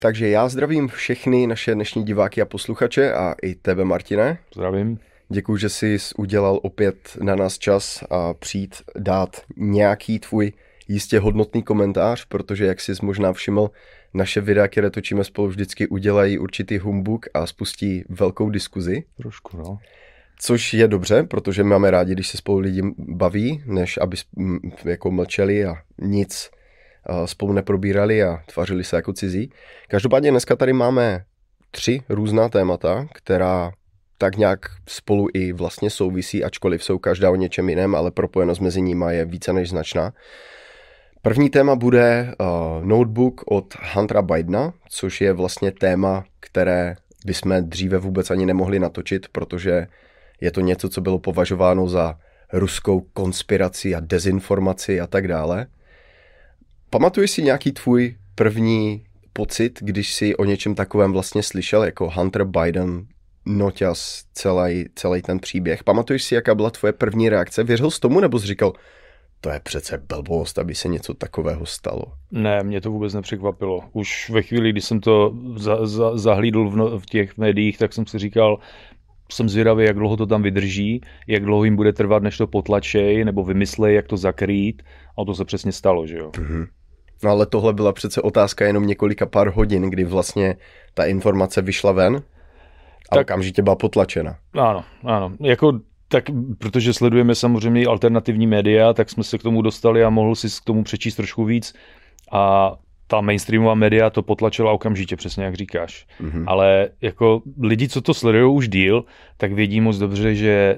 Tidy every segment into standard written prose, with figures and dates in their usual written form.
Takže já zdravím všechny naše dnešní diváky a posluchače a i tebe, Martine. Zdravím. Děkuji, že jsi udělal opět na nás čas a přijít dát nějaký tvůj jistě hodnotný komentář, protože jak jsi možná všiml, naše videa, které točíme spolu, vždycky udělají určitý humbuk a spustí velkou diskuzi. Trošku, no. Což je dobře, protože máme rádi, když se spolu lidi baví, než aby jako mlčeli a nic spolu neprobírali a tvářili se jako cizí. Každopádně dneska tady máme 3 různá témata, která tak nějak spolu i vlastně souvisí, ačkoliv jsou každá o něčem jiném, ale propojenost mezi nimi je více než značná. První téma bude notebook od Huntera Bidena, což je vlastně téma, které bychom dříve vůbec ani nemohli natočit, protože je to něco, co bylo považováno za ruskou konspiraci a dezinformaci a tak dále. Pamatuješ si nějaký tvůj první pocit, když jsi o něčem takovém vlastně slyšel, jako Hunter Biden, noťas, celý ten příběh? Pamatuješ si, jaká byla tvoje první reakce? Věřil jsi tomu, nebo jsi říkal, to je přece blbost, aby se něco takového stalo? Ne, mě to vůbec nepřekvapilo. Už ve chvíli, kdy jsem to zahlídl v těch médiích, tak jsem si říkal, jsem zvědavý, jak dlouho to tam vydrží, jak dlouho jim bude trvat, než to potlačej, nebo vymyslej, jak to zakrýt. A to se přesně stalo, že jo? Mhm. No ale tohle byla přece otázka jenom několika pár hodin, kdy vlastně ta informace vyšla ven a okamžitě byla potlačena. Ano. Tak, protože sledujeme samozřejmě i alternativní média, tak jsme se k tomu dostali a mohl si k tomu přečíst trošku víc. A ta mainstreamová média to potlačila okamžitě, přesně jak říkáš. Mm-hmm. Ale jako lidi, co to sledují už díl, tak vědí moc dobře, že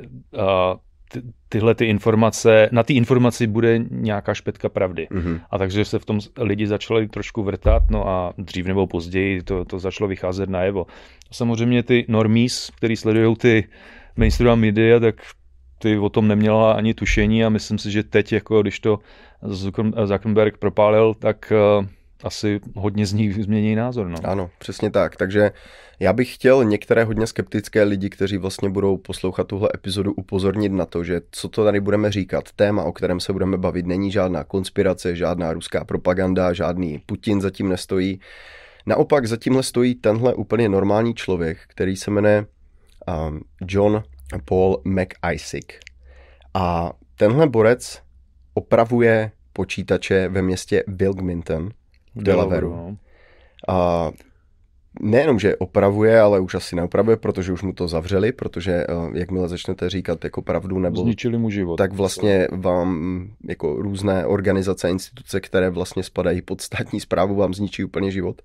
tyhle ty informace, na ty informaci bude nějaká špetka pravdy. Mm-hmm. A takže se v tom lidi začali trošku vrtat, no a dřív nebo později to začalo vycházet najevo. Samozřejmě ty normies, který sledují ty mainstreamová média, tak ty o tom neměla ani tušení a myslím si, že teď, jako když to Zuckerberg propálil, tak asi hodně z nich změní názor. No. Ano, přesně tak. Takže já bych chtěl některé hodně skeptické lidi, kteří vlastně budou poslouchat tuhle epizodu, upozornit na to, že co to tady budeme říkat, téma, o kterém se budeme bavit, není žádná konspirace, žádná ruská propaganda, žádný Putin zatím nestojí. Naopak zatímhle stojí tenhle úplně normální člověk, který se jmenuje John Paul McIsaac. A tenhle borec opravuje počítače ve městě Wilmington v Delawareu. No. A nejenom, že opravuje, ale už asi neopravuje, protože už mu to zavřeli, protože jakmile začnete říkat jako pravdu nebo zničili mu život, tak vlastně vám jako různé organizace a instituce, které vlastně spadají pod státní správu, vám zničí úplně život.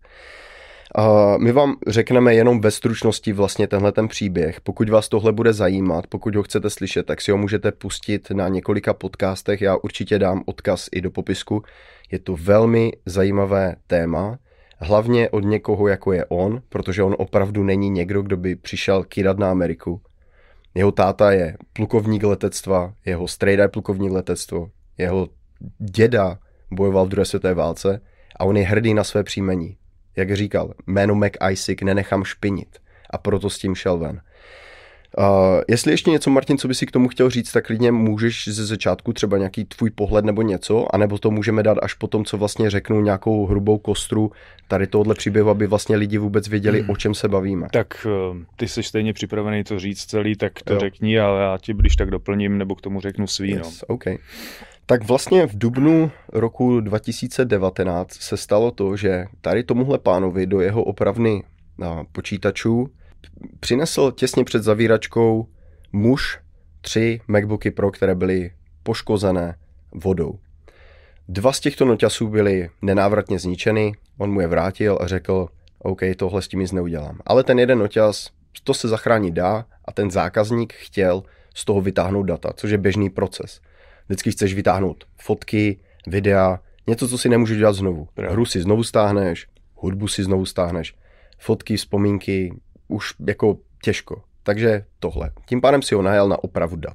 My vám řekneme jenom ve stručnosti vlastně tenhle ten příběh. Pokud vás tohle bude zajímat, pokud ho chcete slyšet, tak si ho můžete pustit na několika podcastech. Já určitě dám odkaz i do popisku. Je to velmi zajímavé téma, hlavně od někoho, jako je on, protože on opravdu není někdo, kdo by přišel kýdat na Ameriku. Jeho táta je plukovník letectva, jeho strejda je plukovník letectvo, jeho děda bojoval v druhé světové válce a on je hrdý na své příjmení. Jak říkal, jméno McIsaac nenechám špinit a proto s tím šel ven. Jestli ještě něco, Martin, co by si k tomu chtěl říct, tak klidně můžeš ze začátku třeba nějaký tvůj pohled nebo něco, anebo to můžeme dát až potom, co vlastně řeknu nějakou hrubou kostru tady tohohle příběhu, aby vlastně lidi vůbec věděli, o čem se bavíme. Tak ty jsi stejně připravený to říct celý, tak to řekni a já ti když tak doplním, nebo k tomu řeknu svý. Yes, okay. Tak vlastně v dubnu roku 2019 se stalo to, že tady tomuhle pánovi do jeho opravny počítačů přinesl těsně před zavíračkou muž 3 MacBooky Pro, které byly poškozené vodou. 2 z těchto noťasů byly nenávratně zničeny, on mu je vrátil a řekl, OK, tohle s tím nic neudělám. Ale ten jeden noťas, to se zachránit dá a ten zákazník chtěl z toho vytáhnout data, což je běžný proces. Vždycky chceš vytáhnout fotky, videa, něco, co si nemůžeš dělat znovu. Hru si znovu stáhneš, hudbu si znovu stáhneš, fotky, vzpomínky, už jako těžko. Takže tohle. Tím pádem si ho najal na opravu dat.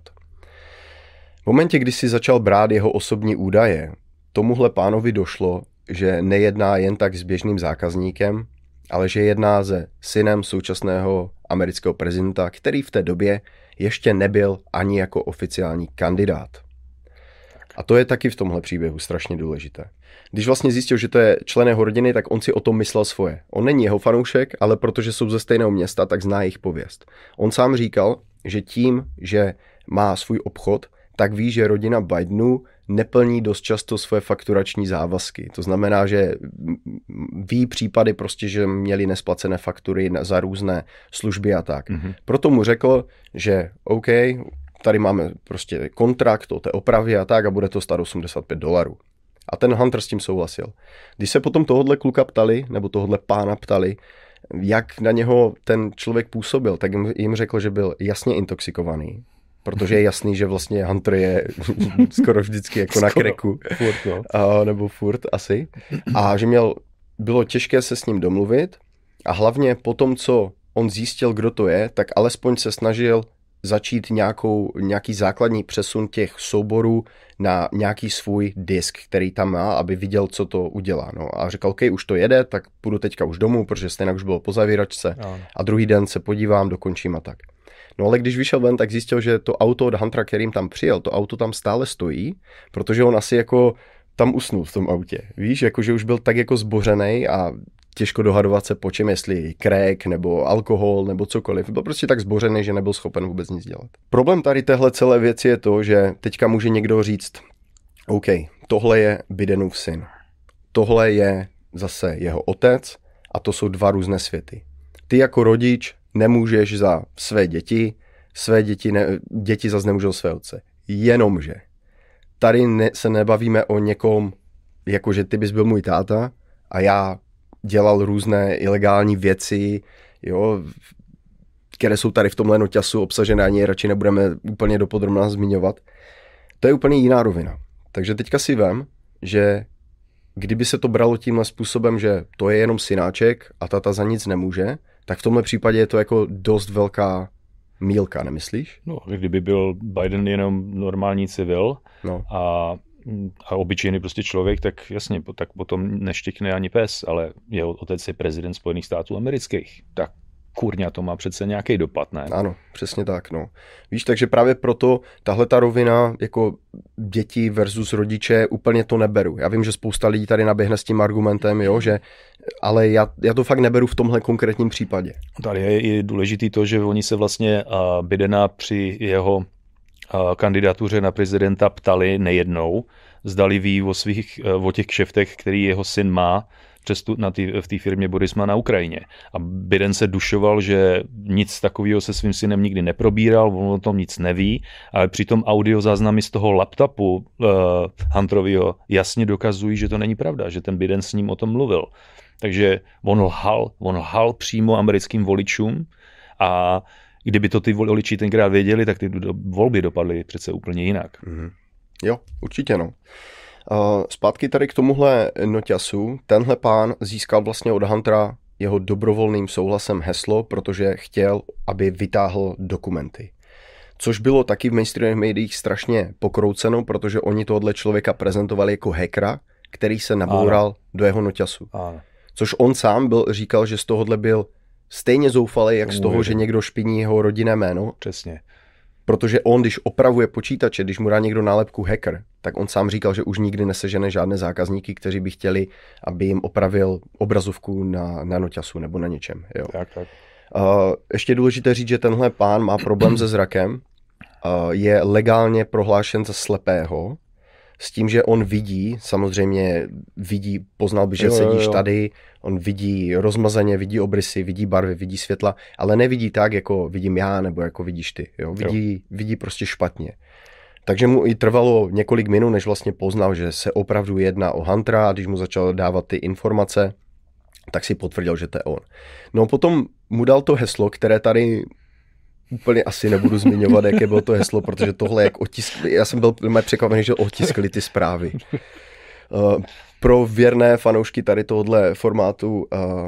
V momentě, kdy si začal brát jeho osobní údaje, tomuhle pánovi došlo, že nejedná jen tak s běžným zákazníkem, ale že jedná se synem současného amerického prezidenta, který v té době ještě nebyl ani jako oficiální kandidát. A to je taky v tomhle příběhu strašně důležité. Když vlastně zjistil, že to je člen jeho rodiny, tak on si o tom myslel svoje. On není jeho fanoušek, ale protože jsou ze stejného města, tak zná jejich pověst. On sám říkal, že tím, že má svůj obchod, tak ví, že rodina Bidenů neplní dost často svoje fakturační závazky. To znamená, že ví případy prostě, že měli nesplacené faktury za různé služby a tak. Proto mu řekl, že OK, tady máme prostě kontrakt o té opravě a tak a bude to stát $85. A ten Hunter s tím souhlasil. Když se potom tohohle kluka ptali, nebo tohohle pána ptali, jak na něho ten člověk působil, tak jim řekl, že byl jasně intoxikovaný, protože je jasný, že vlastně Hunter je skoro vždycky jako na kreku. Furt, no. Nebo furt asi. A že bylo těžké se s ním domluvit a hlavně po tom, co on zjistil, kdo to je, tak alespoň se snažil začít nějaký základní přesun těch souborů na nějaký svůj disk, který tam má, aby viděl, co to udělá. No a řekl, OK, už to jede, tak půjdu teďka už domů, protože stejně už bylo po zavíračce a druhý den se podívám, dokončím a tak. No ale když vyšel ven, tak zjistil, že to auto od Huntera, kterým tam přijel, to auto tam stále stojí, protože on asi jako tam usnul v tom autě. Víš, jakože už byl tak jako zbořenej a těžko dohadovat se po čem, jestli crack nebo alkohol nebo cokoliv. Byl prostě tak zbořený, že nebyl schopen vůbec nic dělat. Problém tady téhle celé věci je to, že teďka může někdo říct, OK, tohle je Bidenův syn. Tohle je zase jeho otec a to jsou dva různé světy. Ty jako rodič nemůžeš za své děti děti zase nemůžou své otce. Jenomže tady se nebavíme o někom, jakože ty bys byl můj táta a já dělal různé ilegální věci, jo, které jsou tady v tomhle noťasu obsažené, ani radši nebudeme úplně dopodrobna zmiňovat. To je úplně jiná rovina. Takže teďka si vem, že kdyby se to bralo tímhle způsobem, že to je jenom synáček a tata za nic nemůže, tak v tomhle případě je to jako dost velká mýlka, nemyslíš? No, kdyby byl Biden jenom normální civil a obyčejný prostě člověk, tak jasně, tak potom neštěkne ani pes, ale jeho otec je prezident Spojených států amerických. Tak kurňa, to má přece nějaký dopad, ne? Ano, přesně tak, no. Víš, takže právě proto tahle ta rovina jako děti versus rodiče úplně to neberu. Já vím, že spousta lidí tady naběhne s tím argumentem, jo, že, ale já to fakt neberu v tomhle konkrétním případě. Tady je důležitý to, že oni se vlastně Bidena při jeho kandidatuře na prezidenta ptali nejednou, zdali ví o těch kšeftech, který jeho syn má v té firmě Burisma na Ukrajině. A Biden se dušoval, že nic takového se svým synem nikdy neprobíral, on o tom nic neví, ale přitom audiozáznamy z toho laptopu Hunterovýho jasně dokazují, že to není pravda, že ten Biden s ním o tom mluvil. Takže on lhal přímo americkým voličům a kdyby to ty voliči tenkrát věděli, tak ty volby dopadly přece úplně jinak. Mm-hmm. Jo, určitě no. Zpátky tady k tomuhle noťasu. Tenhle pán získal vlastně od Huntera jeho dobrovolným souhlasem heslo, protože chtěl, aby vytáhl dokumenty. Což bylo taky v mainstreamových médiích strašně pokrouceno, protože oni tohohle člověka prezentovali jako hackera, který se naboural do jeho noťasu. Ano. Což on sám říkal, že z tohohle byl stejně zoufalý, jak z toho, že někdo špiní jeho rodinné jméno. Přesně. Protože on, když opravuje počítače, když mu dá někdo nálepku hacker, tak on sám říkal, že už nikdy nesežene žádné zákazníky, kteří by chtěli, aby jim opravil obrazovku na noťasu nebo na něčem. Jo. Tak. Ještě je důležité říct, že tenhle pán má problém se zrakem, je legálně prohlášen za slepého, s tím, že on samozřejmě vidí, poznal by, že sedíš tady, on vidí rozmazaně, vidí obrysy, vidí barvy, vidí světla, ale nevidí tak, jako vidím já, nebo jako vidíš ty. Jo? Vidí prostě špatně. Takže mu i trvalo několik minut, než vlastně poznal, že se opravdu jedná o Huntera, a když mu začal dávat ty informace, tak si potvrdil, že to je on. No potom mu dal to heslo, které tady úplně asi nebudu zmiňovat, jaké bylo to heslo, protože tohle jak otiskli. Já jsem byl překvapený, že otiskli ty zprávy. Pro věrné fanoušky tady tohohle formátu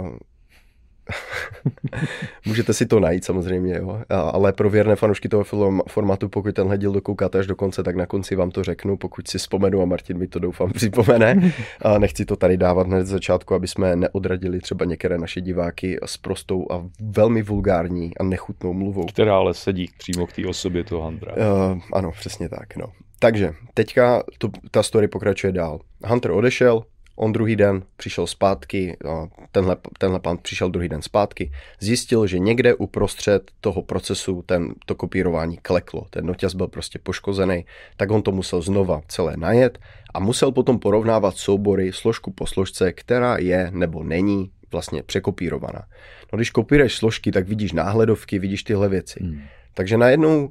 můžete si to najít samozřejmě, jo? Ale pro věrné fanoušky toho formátu, pokud tenhle díl dokoukáte až do konce, tak na konci vám to řeknu, pokud si vzpomenu a Martin mi to doufám připomene. A nechci to tady dávat hned z začátku, aby jsme neodradili třeba některé naše diváky s prostou a velmi vulgární a nechutnou mluvou. Která ale sedí přímo k té osobě toho Huntera. Ano, přesně tak, no. Takže teďka ta story pokračuje dál. Hunter odešel, on druhý den přišel zpátky, tenhle pán přišel druhý den zpátky, zjistil, že někde uprostřed toho procesu to kopírování kleklo. Ten noťaz byl prostě poškozený, tak on to musel znova celé najet a musel potom porovnávat soubory složku po složce, která je nebo není vlastně překopírovaná. No když kopíruješ složky, tak vidíš náhledovky, vidíš tyhle věci. Takže najednou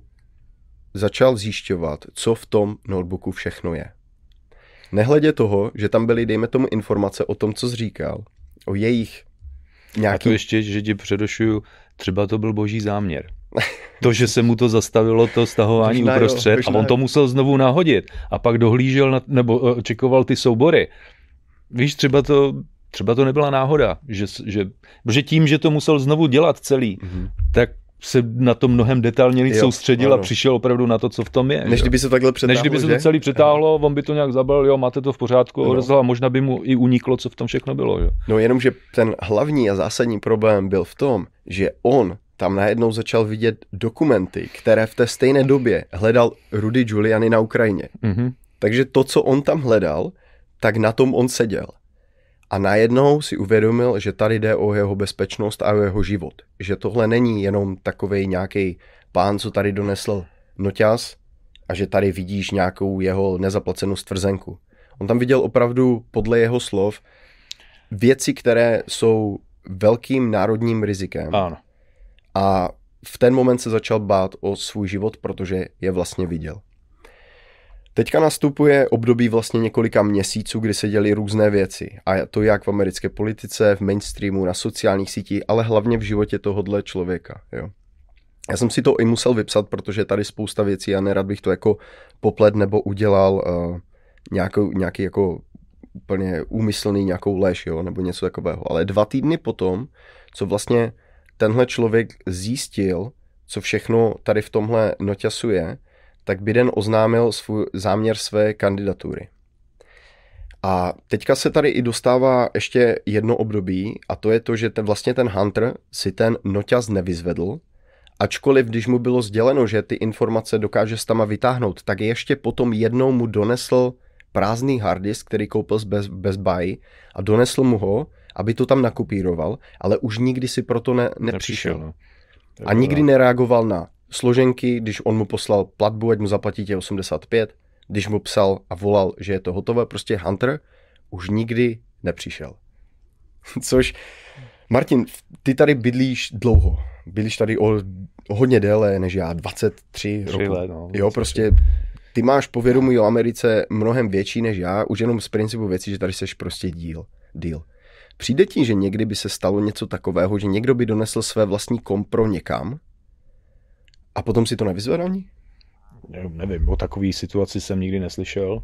začal zjišťovat, co v tom notebooku všechno je. Nehledě toho, že tam byly, dejme tomu, informace o tom, co jsi říkal, o jejich nějaký... A to ještě, že ti předošuju, třeba to byl boží záměr. To, že se mu to zastavilo, to stahování uprostřed a on to musel znovu nahodit a pak dohlížel nebo čekoval ty soubory. Víš, třeba to nebyla náhoda, protože tím, že to musel znovu dělat celý, tak se na to mnohem detailněji soustředil a přišel opravdu na to, co v tom je. Než kdyby se takhle přetáhlo, než kdyby se to celý přetáhlo, on by to nějak zabil, jo, máte to v pořádku, a možná by mu i uniklo, co v tom všechno bylo. Jo. No jenomže ten hlavní a zásadní problém byl v tom, že on tam najednou začal vidět dokumenty, které v té stejné době hledal Rudy Giuliani na Ukrajině. Takže to, co on tam hledal, tak na tom on seděl. A najednou si uvědomil, že tady jde o jeho bezpečnost a o jeho život. Že tohle není jenom takovej nějaký pán, co tady donesl noťaz a že tady vidíš nějakou jeho nezaplacenou stvrzenku. On tam viděl opravdu, podle jeho slov, věci, které jsou velkým národním rizikem. Ano. A v ten moment se začal bát o svůj život, protože je vlastně viděl. Teďka nastupuje období vlastně několika měsíců, kdy se děly různé věci. A to jak v americké politice, v mainstreamu, na sociálních sítích, ale hlavně v životě tohohle člověka. Jo. Já jsem si to i musel vypsat, protože tady spousta věcí a nerad bych to jako poplet nebo udělal nějaký jako úplně úmyslný nějakou lež, jo, nebo něco takového. Ale 2 týdny potom, co vlastně tenhle člověk zjistil, co všechno tady v tomhle noťasu je, tak Biden oznámil svůj záměr své kandidatury. A teďka se tady i dostává ještě jedno období a to je to, že vlastně ten Hunter si ten noťaz nevyzvedl, ačkoliv když mu bylo sděleno, že ty informace dokáže s tama vytáhnout, tak ještě potom jednou mu donesl prázdný harddisk, který koupil z Best Buy a donesl mu ho, aby to tam nakopíroval, ale už nikdy si proto nepřišel. No. A nikdy nereagoval na složenky, když on mu poslal platbu, ať mu zaplatí tě 85, když mu psal a volal, že je to hotové, prostě Hunter už nikdy nepřišel. Což, Martin, ty tady bydlíš dlouho. Bydlíš tady o hodně déle než já, 23 roku. Let, no, jo, prostě ty máš povědomí o Americe mnohem větší než já, už jenom z principu věcí, že tady seš prostě deal. Přijde ti, že někdy by se stalo něco takového, že někdo by donesl své vlastní kompro někam a potom si to nevyzvedl ani? Nevím, o takové situaci jsem nikdy neslyšel.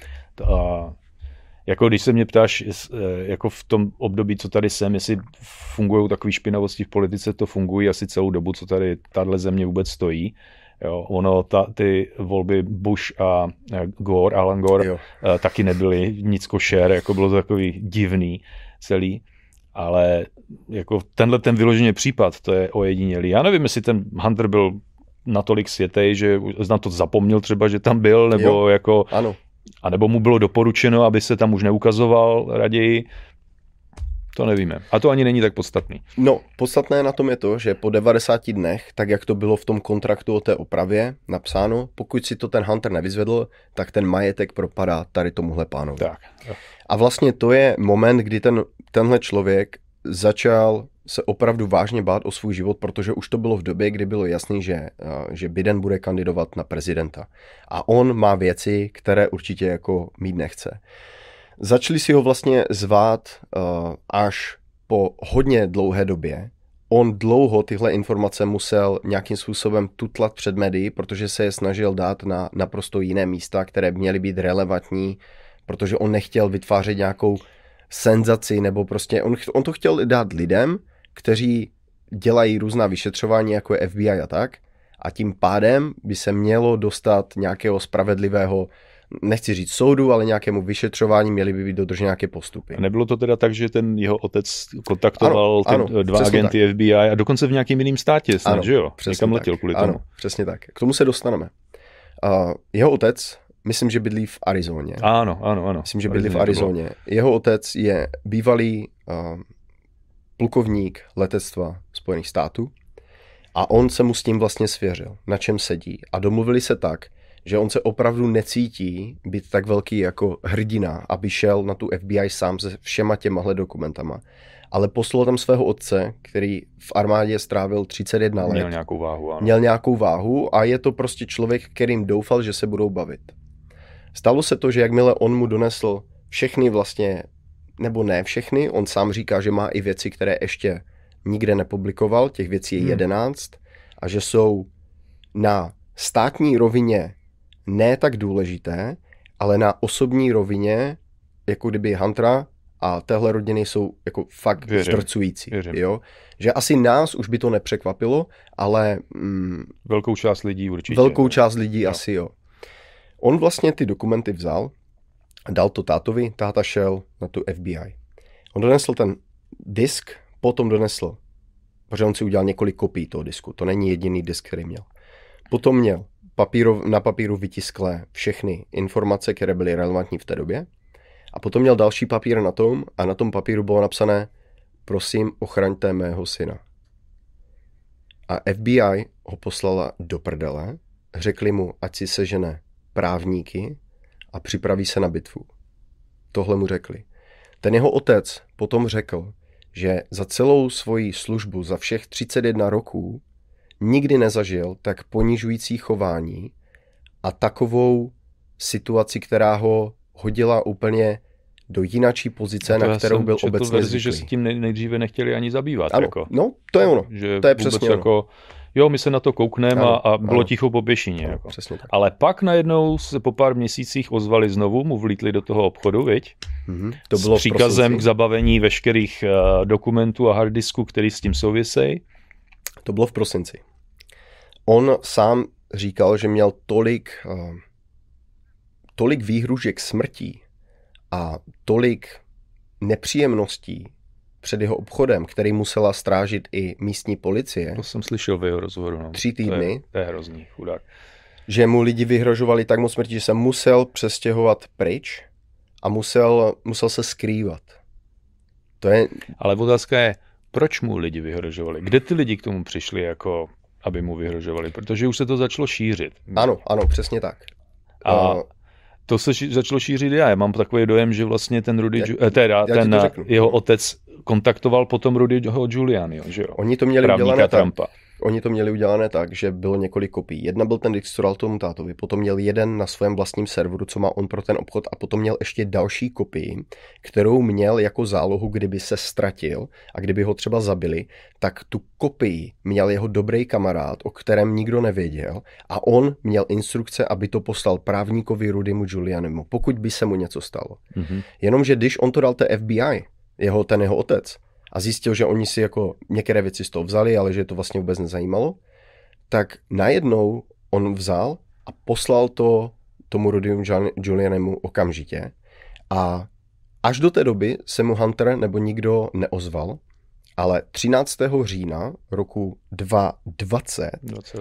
A jako když se mě ptáš, jako v tom období, co tady jsem, jestli fungují takové špinavosti v politice, to fungují asi celou dobu, co tady tahle země vůbec stojí. Jo, ty volby Bush a Alan Gore taky nebyly nic košer, jako bylo to takový divný celý. Ale jako tenhle ten vyloženě případ, to je ojedinělý. Já nevím, jestli ten Hunter byl natolik světej, že na to zapomněl třeba, že tam byl, nebo jako... Ano. A nebo mu bylo doporučeno, aby se tam už neukazoval raději. To nevíme. A to ani není tak podstatný. No, podstatné na tom je to, že po 90 dnech, tak jak to bylo v tom kontraktu o té opravě napsáno, pokud si to ten Hunter nevyzvedl, tak ten majetek propadá tady tomuhle pánovi. Tak. A vlastně to je moment, kdy tenhle člověk začal se opravdu vážně bát o svůj život, protože už to bylo v době, kdy bylo jasný, že Biden bude kandidovat na prezidenta. A on má věci, které určitě jako mít nechce. Začali si ho vlastně zvát až po hodně dlouhé době. On dlouho tyhle informace musel nějakým způsobem tutlat před médií, protože se je snažil dát na naprosto jiné místa, které měly být relevantní, protože on nechtěl vytvářet nějakou senzaci, nebo prostě on to chtěl dát lidem, kteří dělají různá vyšetřování, jako je FBI a tak, a tím pádem by se mělo dostat nějakého spravedlivého, nechci říct soudu, ale nějakému vyšetřování, měly by být dodrženy nějaké postupy. A nebylo to teda tak, že ten jeho otec kontaktoval dva agenty tak. FBI a dokonce v nějakým jiným státě, snad, že jo? Někam letěl kvůli tomu. Ano, přesně tak. K tomu se dostaneme. Jeho otec Myslím, že bydlí v Arizoně. Ano. Myslím, že bydlí v Arizoně. Jeho otec je bývalý plukovník letectva Spojených států a on se mu s tím vlastně svěřil, na čem sedí. A domluvili se tak, že on se opravdu necítí být tak velký jako hrdina, aby šel na tu FBI sám se všema těmahle dokumentama. Ale poslal tam svého otce, který v armádě strávil 31 let. Měl nějakou váhu, ano. Měl nějakou váhu a je to prostě člověk, kterým doufal, že se budou bavit. Stalo se to, že jakmile on mu donesl všechny vlastně, nebo ne všechny, on sám říká, že má i věci, které ještě nikde nepublikoval, těch věcí je 11 a že jsou na státní rovině ne tak důležité, ale na osobní rovině, jako kdyby Huntera a téhle rodiny jsou jako fakt zdrcující. Jo? Že asi nás už by to nepřekvapilo, ale... velkou část lidí určitě. Velkou část lidí asi jo. On vlastně ty dokumenty vzal, dal to tátovi, táta šel na tu FBI. On donesl ten disk, potom donesl, protože on si udělal několik kopií toho disku, to není jediný disk, který měl. Potom měl na papíru vytisklé všechny informace, které byly relevantní v té době. A potom měl další papír na tom a na tom papíru bylo napsané: prosím, ochraňte mého syna. A FBI ho poslala do prdele, řekli mu, ať si sežene právníky a připraví se na bitvu. Tohle mu řekli. Ten jeho otec potom řekl, že za celou svoji službu, za všech 31 roků, nikdy nezažil tak ponižující chování a takovou situaci, která ho hodila úplně do jinačí pozice, na kterou byl obecně zvyklý. Že se tím nejdříve nechtěli ani zabývat. Ano, jako. No, to je ono. Že to je přesně jako, ono. Jo, my se na to koukneme a bylo ticho po pěšině. Jako. Ale pak najednou se po pár měsících ozvali znovu, mu vlítli do toho obchodu, viď? To bylo s příkazem k zabavení veškerých dokumentů a harddisků, který s tím souvisejí. To bylo v prosinci. On sám říkal, že měl tolik výhružek smrtí a tolik nepříjemností před jeho obchodem, který musela strážit i místní policie. To jsem slyšel v jeho rozhovoru. No. 3 týdny. To je hrozný, chudák. Že mu lidi vyhrožovali tak moc smrti, že se musel přestěhovat pryč a musel se skrývat. To je... Ale otázka je, proč mu lidi vyhrožovali? Kde ty lidi k tomu přišli, jako aby mu vyhrožovali? Protože už se to začalo šířit. Ano, přesně tak. A to se začalo šířit já mám takový dojem, že vlastně ten jeho otec kontaktoval potom Rudyho Giulianiho, že jo? Oni to měli udělané tak, že bylo několik kopií. Jedna byl ten disk, co dal tomu tátovi, potom měl jeden na svém vlastním serveru, co má on pro ten obchod, a potom měl ještě další kopii, kterou měl jako zálohu, kdyby se ztratil a kdyby ho třeba zabili, tak tu kopii měl jeho dobrý kamarád, o kterém nikdo nevěděl, a on měl instrukce, aby to poslal právníkovi Rudymu Giulianimu, pokud by se mu něco stalo. Jenomže když on to dal té FBI, ten jeho otec, a zjistil, že oni si jako některé věci z toho vzali, ale že to vlastně vůbec nezajímalo, tak najednou on vzal a poslal to tomu Rudymu Giulianimu okamžitě. A až do té doby se mu Hunter nebo nikdo neozval, ale 13. října roku 2020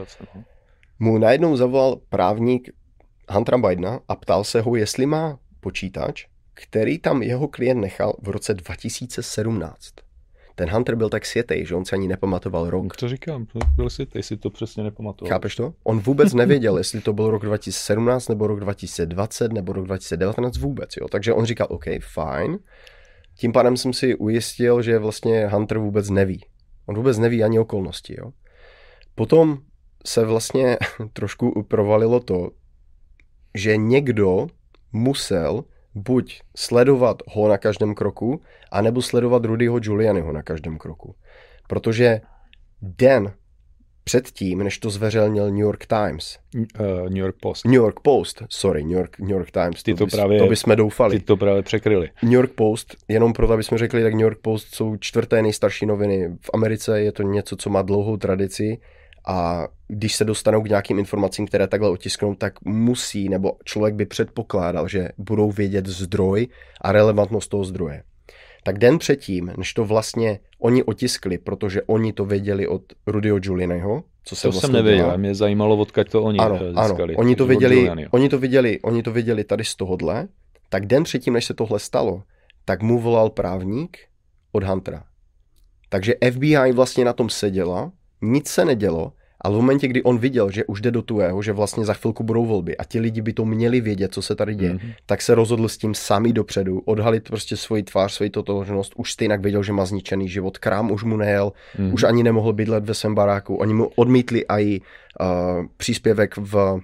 mu najednou zavolal právník Huntera Bidena a ptal se ho, jestli má počítač, který tam jeho klient nechal v roce 2017. Ten Hunter byl tak světej, že on se ani nepamatoval rok. To říkám, byl světej, si to přesně nepamatoval. Chápeš to? On vůbec nevěděl, jestli to byl rok 2017, nebo rok 2020, nebo rok 2019 vůbec. Jo? Takže on říkal, OK, fajn. Tím pádem jsem si ujistil, že vlastně Hunter vůbec neví. On vůbec neví ani okolnosti. Jo? Potom se vlastně trošku provalilo to, že někdo musel buď sledovat ho na každém kroku, anebo sledovat Rudyho Giulianiho na každém kroku. Protože den předtím, než to zveřejnil New York Times. New York Times. To bychom doufali. Ty to právě překryli. New York Post, jenom proto, aby jsme řekli, tak New York Post jsou 4. nejstarší noviny. V Americe je to něco, co má dlouhou tradici, a když se dostanou k nějakým informacím, které takhle otisknou, tak musí, nebo člověk by předpokládal, že budou vědět zdroj a relevantnost toho zdroje. Tak den předtím, než to vlastně oni otiskli, protože oni to věděli od Rudyho Giulianiho, co se to vlastně jsem nevěděl, dělá. mě zajímalo, odkud to oni získali. Oni to viděli tady z tohohle, tak den předtím, než se tohle stalo, tak mu volal právník od Huntera. Takže FBI vlastně na tom seděla, nic se nedělo, ale v momentě, kdy on viděl, že už jde do tuého, že vlastně za chvilku budou volby a ti lidi by to měli vědět, co se tady děje, tak se rozhodl s tím sami dopředu, odhalit prostě svoji tvář, svoji totožnost, už stejnak věděl, že má zničený život, krám už mu nejel, už ani nemohl bydlet ve svém baráku, oni mu odmítli i příspěvek v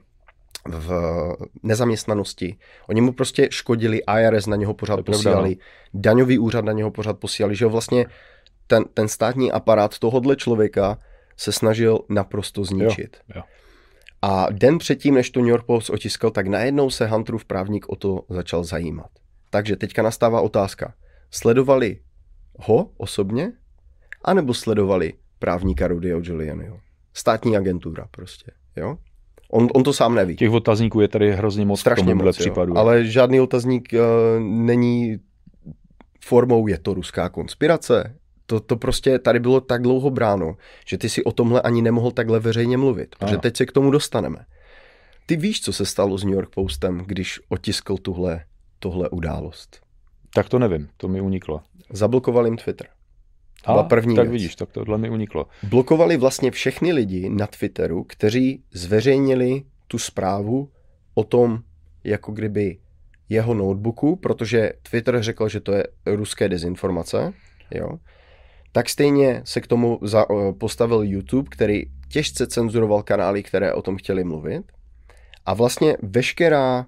nezaměstnanosti. Oni mu prostě škodili, IRS na něho pořád posílali, daňový úřad na něho pořád posílali, že vlastně ten státní aparát tohodle člověka se snažil naprosto zničit. Jo. A den předtím, než to New York Post otiskl, tak najednou se Hunterův právník o to začal zajímat. Takže teďka nastává otázka. Sledovali ho osobně, anebo sledovali právníka Rudyho Giulianiho? Státní agentura prostě, jo? On to sám neví. Těch otazníků je tady hrozně moc strašně v tomhle moc, případu. Ale žádný otazník není formou, je to ruská konspirace. To prostě tady bylo tak dlouho bráno, že ty si o tomhle ani nemohl takhle veřejně mluvit. Protože teď se k tomu dostaneme. Ty víš, co se stalo s New York Postem, když otiskl tohle událost? Tak to nevím, to mi uniklo. Zablokoval jim Twitter. Byla první tak věc. vidíš, tak tohle mi uniklo. Blokovali vlastně všechny lidi na Twitteru, kteří zveřejnili tu zprávu o tom, jako kdyby jeho notebooku, protože Twitter řekl, že to je ruské dezinformace, jo. Tak stejně se k tomu postavil YouTube, který těžce cenzuroval kanály, které o tom chtěli mluvit. A vlastně veškerá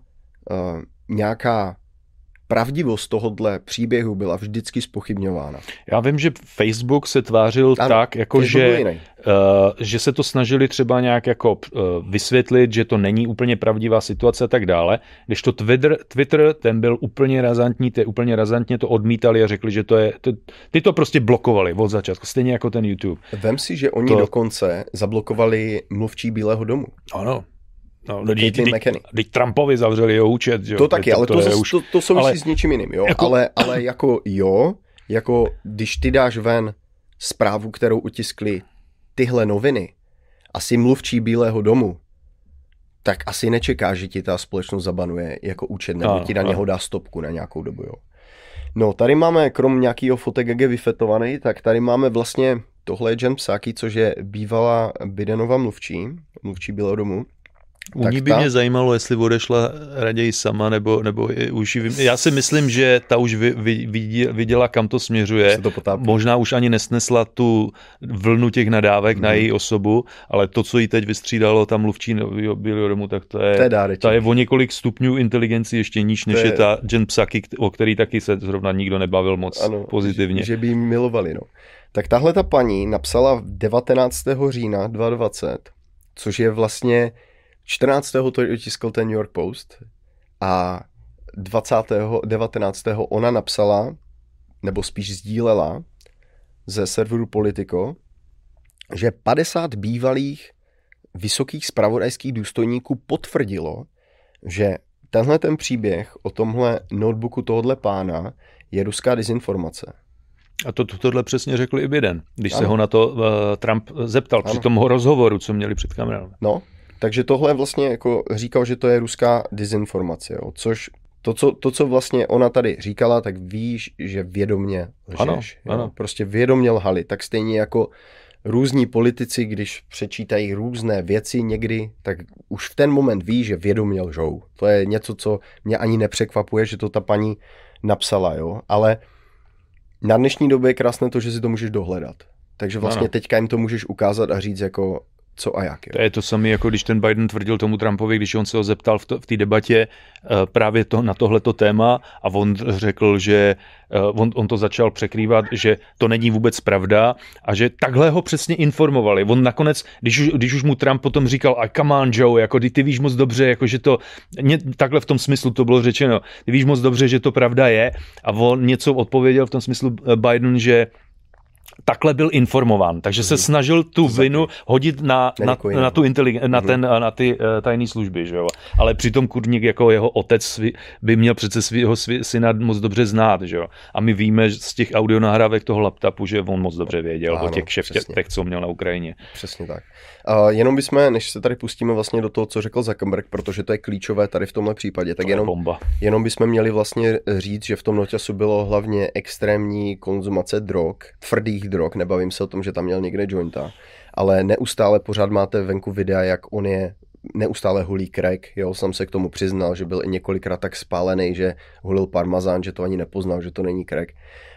nějaká pravdivost tohodle příběhu byla vždycky zpochybňována. Já vím, že Facebook se tvářil tak, jako že se to snažili třeba nějak jako vysvětlit, že to není úplně pravdivá situace a tak dále, když to Twitter ten byl úplně razantně to odmítali a řekli, že ty to prostě blokovali od začátku, stejně jako ten YouTube. Vem si, že oni dokonce zablokovali mluvčí Bílého domu. Ano. No, teď Trumpovi zavřeli jeho účet. Jo. To taky, ale to souvisí s něčím jiným. Jo? Ale jako když ty dáš ven zprávu, kterou utiskli tyhle noviny, asi mluvčí Bílého domu, tak asi nečekáš, že ti ta společnost zabanuje jako účet, nebo ti na něho dá stopku na nějakou dobu. Jo? No, tady máme, krom nějakého fotek, jak je vyfetovaný, tak tady máme vlastně, tohle je Jen Psaki, což je bývalá Bidenova mluvčí Bílého domu. U ní by mě zajímalo, jestli odešla raději sama, nebo už já si myslím, že ta už viděla, kam to směřuje. Možná už ani nesnesla tu vlnu těch nadávek na její osobu, ale to, co jí teď vystřídalo tam mluvčí Bílého domu, tak to je o několik stupňů inteligenci ještě níž, než je ta Jen Psaki, o který taky se zrovna nikdo nebavil moc pozitivně. Že by jí milovali, no. Tak tahle ta paní napsala 19. října 2020, což je vlastně 14. to otiskl ten New York Post a 19. ona napsala, nebo spíš sdílela ze serveru Politico, že 50 bývalých vysokých zpravodajských důstojníků potvrdilo, že tenhle ten příběh o tomhle notebooku tohodle pána je ruská dezinformace. A tohle přesně řekl i Biden, když se ho na to Trump zeptal při tom rozhovoru, co měli před kamerou. No, takže tohle vlastně jako říkal, že to je ruská dezinformace, jo? Což to, co vlastně ona tady říkala, tak víš, že vědomě lžeš. Ano. Prostě vědomě lhali. Tak stejně jako různí politici, když přečítají různé věci někdy, tak už v ten moment ví, že vědomě lžou. To je něco, co mě ani nepřekvapuje, že to ta paní napsala, jo? Ale na dnešní době je krásné to, že si to můžeš dohledat. Takže vlastně teďka jim to můžeš ukázat a říct jako co a jak. Jo. To je to samé, jako když ten Biden tvrdil tomu Trumpovi, když on se ho zeptal v té debatě právě na tohleto téma a on řekl, že on to začal překrývat, že to není vůbec pravda a že takhle ho přesně informovali. On nakonec, když už mu Trump potom říkal, come on Joe, jako ty víš moc dobře, jako že to, takhle v tom smyslu to bylo řečeno, ty víš moc dobře, že to pravda je a on něco odpověděl v tom smyslu Biden, že takhle byl informován, takže se snažil tu vinu hodit na ty tajné služby, že jo. Ale přitom Kurník jako jeho otec by měl přece svého syna moc dobře znát, že jo. A my víme z těch audionahrávek toho laptopu, že on moc dobře věděl o těch kšeftech, co měl na Ukrajině. Přesně tak. Jenom bychom, než se tady pustíme vlastně do toho, co řekl Zuckerberg, protože to je klíčové tady v tomhle případě, tak jenom bychom měli vlastně říct, že v tom noťasu bylo hlavně extrémní konzumace drog, tvrdých drog, nebavím se o tom, že tam měl někde jointa, ale neustále pořád máte venku videa, jak on je neustále hulí crack, jo, jsem se k tomu přiznal, že byl i několikrát tak spálený, že hulil parmazán, že to ani nepoznal, že to není crack.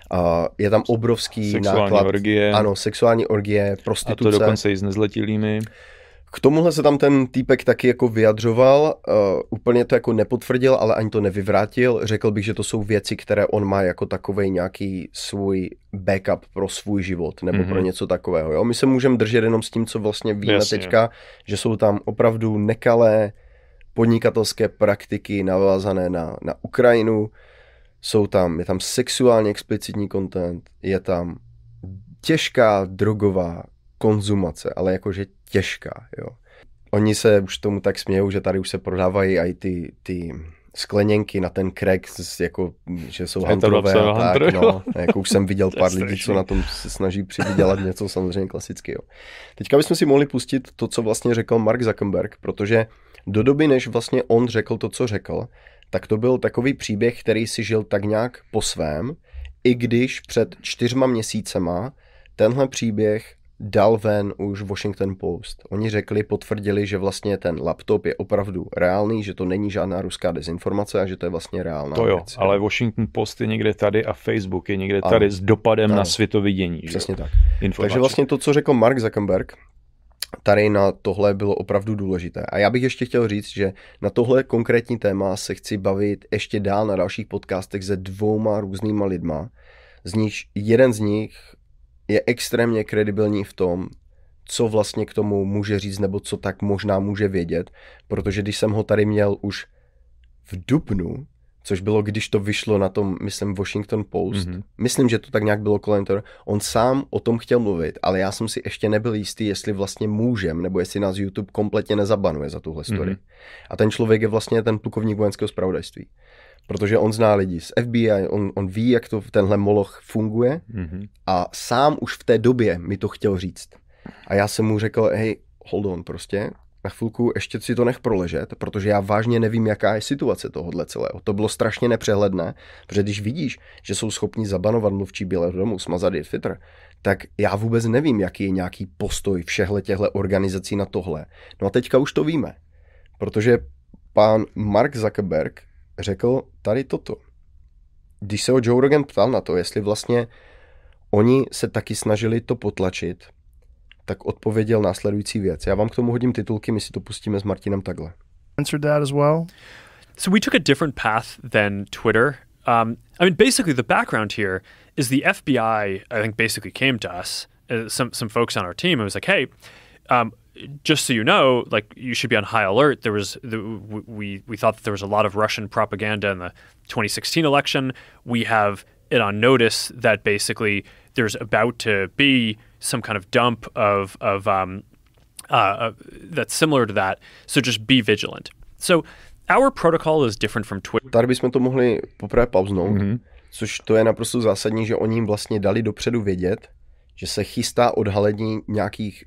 Je tam obrovský sexuální náklad. Orgie. Ano, sexuální orgie, prostituce. A to dokonce i s nezletilými. K tomuhle se tam ten týpek taky jako vyjadřoval, úplně to jako nepotvrdil, ale ani to nevyvrátil. Řekl bych, že to jsou věci, které on má jako takovej nějaký svůj backup pro svůj život nebo pro něco takového. Jo? My se můžeme držet jenom s tím, co vlastně víme teďka, že jsou tam opravdu nekalé podnikatelské praktiky navázané na Ukrajinu, je tam sexuálně explicitní content, je tam těžká drogová konzumace, ale jakože těžká, jo. Oni se už tomu tak smějou, že tady už se prodávají i ty skleněnky na ten crack, jako, že jsou hunterové a tak, no. Jako už jsem viděl pár lidí, co na tom se snaží přivydělat něco samozřejmě klasicky, jo. Teďka bychom si mohli pustit to, co vlastně řekl Mark Zuckerberg, protože do doby, než vlastně on řekl to, co řekl, tak to byl takový příběh, který si žil tak nějak po svém, i když před 4 měsícema tenhle příběh dal ven už Washington Post. Oni potvrdili, že vlastně ten laptop je opravdu reálný, že to není žádná ruská dezinformace a že to je vlastně reálná to jo, věc. Ale Washington Post je někde tady a Facebook je někde tady s dopadem na světovidění. Přesně tak. Takže vlastně to, co řekl Mark Zuckerberg, tady na tohle bylo opravdu důležité. A já bych ještě chtěl říct, že na tohle konkrétní téma se chci bavit ještě dál na dalších podcastech se 2 různýma lidma, z nich jeden z nich je extrémně kredibilní v tom, co vlastně k tomu může říct, nebo co tak možná může vědět, protože když jsem ho tady měl už v dubnu, což bylo, když to vyšlo na tom, myslím, Washington Post, myslím, že to tak nějak bylo kolem toho, on sám o tom chtěl mluvit, ale já jsem si ještě nebyl jistý, jestli vlastně můžem, nebo jestli nás YouTube kompletně nezabanuje za tuhle story. A ten člověk je vlastně ten plukovník vojenského zpravodajství. Protože on zná lidi z FBI, on ví, jak to tenhle moloch funguje a sám už v té době mi to chtěl říct. A já jsem mu řekl, hej, hold on prostě, na chvilku ještě si to nech proležet, protože já vážně nevím, jaká je situace tohohle celého. To bylo strašně nepřehledné, protože když vidíš, že jsou schopni zabanovat mluvčí Bílého domu, smazat je Twitter, tak já vůbec nevím, jaký je nějaký postoj všehle těchto organizací na tohle. No a teďka už to víme, protože pán Mark Zuckerberg řekl tady toto. Když se ho Joe Rogan ptal na to, jestli vlastně oni se taky snažili to potlačit, tak odpověděl následující věc. Já vám k tomu hodím titulky, my si to pustíme s Martinem takhle. Answered that as well. So we took a different path than Twitter. I mean, basically the background here is the FBI, I think, basically came to us, some folks on our team, and was like, hey, just so you know, like, you should be on high alert. We thought that there was a lot of Russian propaganda in the 2016 election. We have it on notice that basically there's about to be some kind of dump of that's similar to that. So just be vigilant. So our protocol is different from Twitter. Tady bychom to mohli poprvé pauznout, což to je naprosto zásadní, že oni jim vlastně dali dopředu vědět, že se chystá odhalení nějakých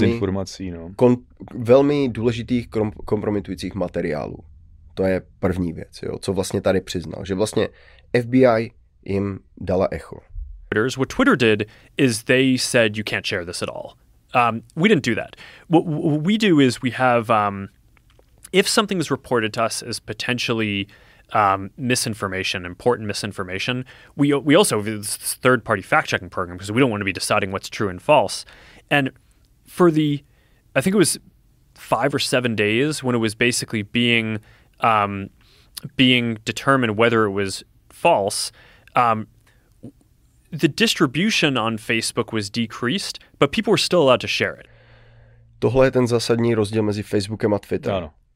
velmi důležitých kompromitujících materiálů. To je první věc, jo, co vlastně tady přiznal, že vlastně FBI jim dala echo. What Twitter did is they said you can't share this at all. We didn't do that. What we do is we have, if something is reported to us as potentially misinformation, important misinformation, we also have this third-party fact-checking program because we don't want to be deciding what's true and false. And for I think it was 5 or 7 days when it was basically being determined whether it was false, the distribution on Facebook was decreased, but people were still allowed to share it. Tohle je ten zásadní rozdíl mezi Facebookem a Twitterem. Ano.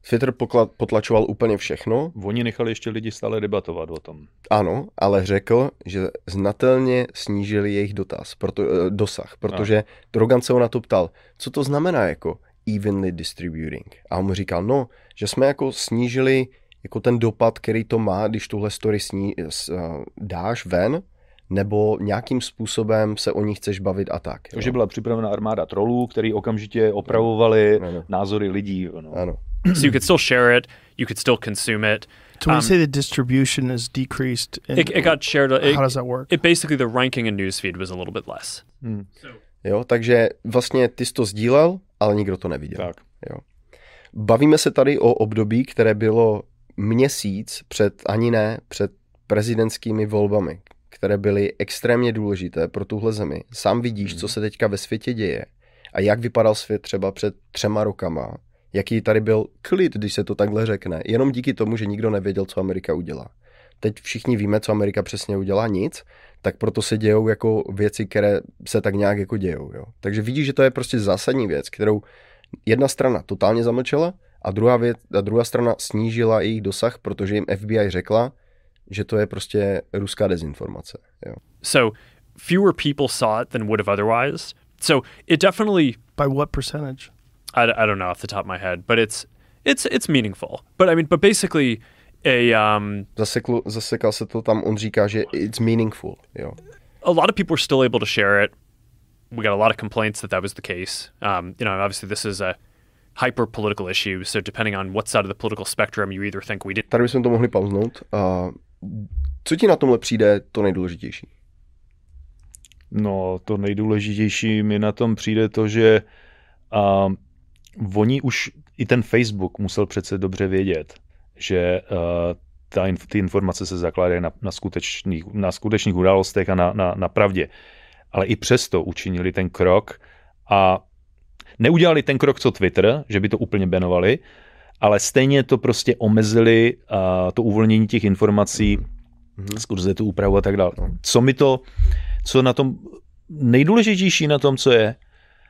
Twitter potlačoval úplně všechno. Oni nechali ještě lidi stále debatovat o tom. Ano, ale řekl, že znatelně snížili jejich dosah, protože Rogan se ho na to ptal, co to znamená jako evenly distributing. A on mu říkal, no, že jsme jako snížili jako ten dopad, který to má, když tuhle story dáš ven, nebo nějakým způsobem se o ní chceš bavit a tak. Takže byla připravena armáda trolů, který okamžitě opravovali názory lidí. Ano. So you could still share it, you could still consume it. So when you say the distribution is decreased, it got shared. How does that work? It basically the ranking in newsfeed was a little bit less. Jo, takže vlastně ty jsi to sdílel, ale nikdo to neviděl. Tak. Jo. Bavíme se tady o období, které bylo měsíc před prezidentskými volbami, které byly extrémně důležité pro tuhle zemi. Sám vidíš, co se teďka ve světě děje a jak vypadal svět třeba před 3 rokama. Jaký tady byl klid, když se to takhle řekne. Jenom díky tomu, že nikdo nevěděl, co Amerika udělá. Teď všichni víme, co Amerika přesně udělá, nic, tak proto se dějou jako věci, které se tak nějak jako dějou. Jo. Takže vidíš, že to je prostě zásadní věc, kterou jedna strana totálně zamlčela a druhá strana snížila jejich dosah, protože jim FBI řekla, že to je prostě ruská dezinformace. Jo. So fewer people saw it than would have otherwise. So it definitely... By what percentage? I don't know off the top of my head, but it's meaningful. But basically Zasekal se to tam, on říká, že it's meaningful. Jo. A lot of people were still able to share it. We got a lot of complaints that was the case. Obviously this is a hyper-political issue, so depending on what side of the political spectrum you either think we did... Tady bychom to mohli pauznout. Co ti na tomhle přijde to nejdůležitější? No, to nejdůležitější mi na tom přijde to, že oni už, i ten Facebook musel přece dobře vědět, že ty informace se zakládají na skutečných událostech a na pravdě. Ale i přesto učinili ten krok a neudělali ten krok, co Twitter, že by to úplně banovali, ale stejně to prostě omezili, to uvolnění těch informací skrze tu úpravu a tak dále. Co na tom nejdůležitější na tom, co je,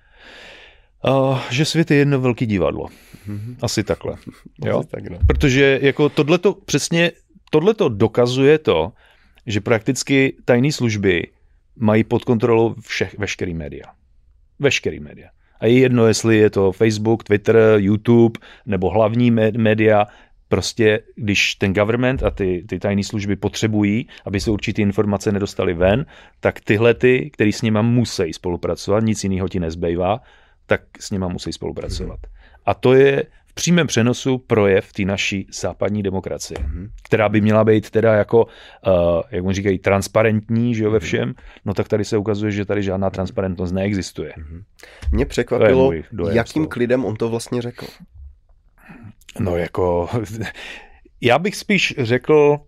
že svět je jedno velké divadlo. Asi takhle. Jo? Protože jako tohleto dokazuje to, že prakticky tajné služby mají pod kontrolou veškerý média. Veškerý média. A je jedno, jestli je to Facebook, Twitter, YouTube nebo hlavní média, prostě když ten government a ty tajné služby potřebují, aby se určitý informace nedostaly ven, tak který s nima musí spolupracovat, nic jiného ti nezbývá, tak s nima musí spolupracovat. A to je v přímém přenosu projev té naší západní demokracie, která by měla být teda jako, jak on říkají, transparentní, že jo, ve všem, no tak tady se ukazuje, že tady žádná transparentnost neexistuje. Mě překvapilo, jakým klidem on to vlastně řekl. No jako, já bych spíš řekl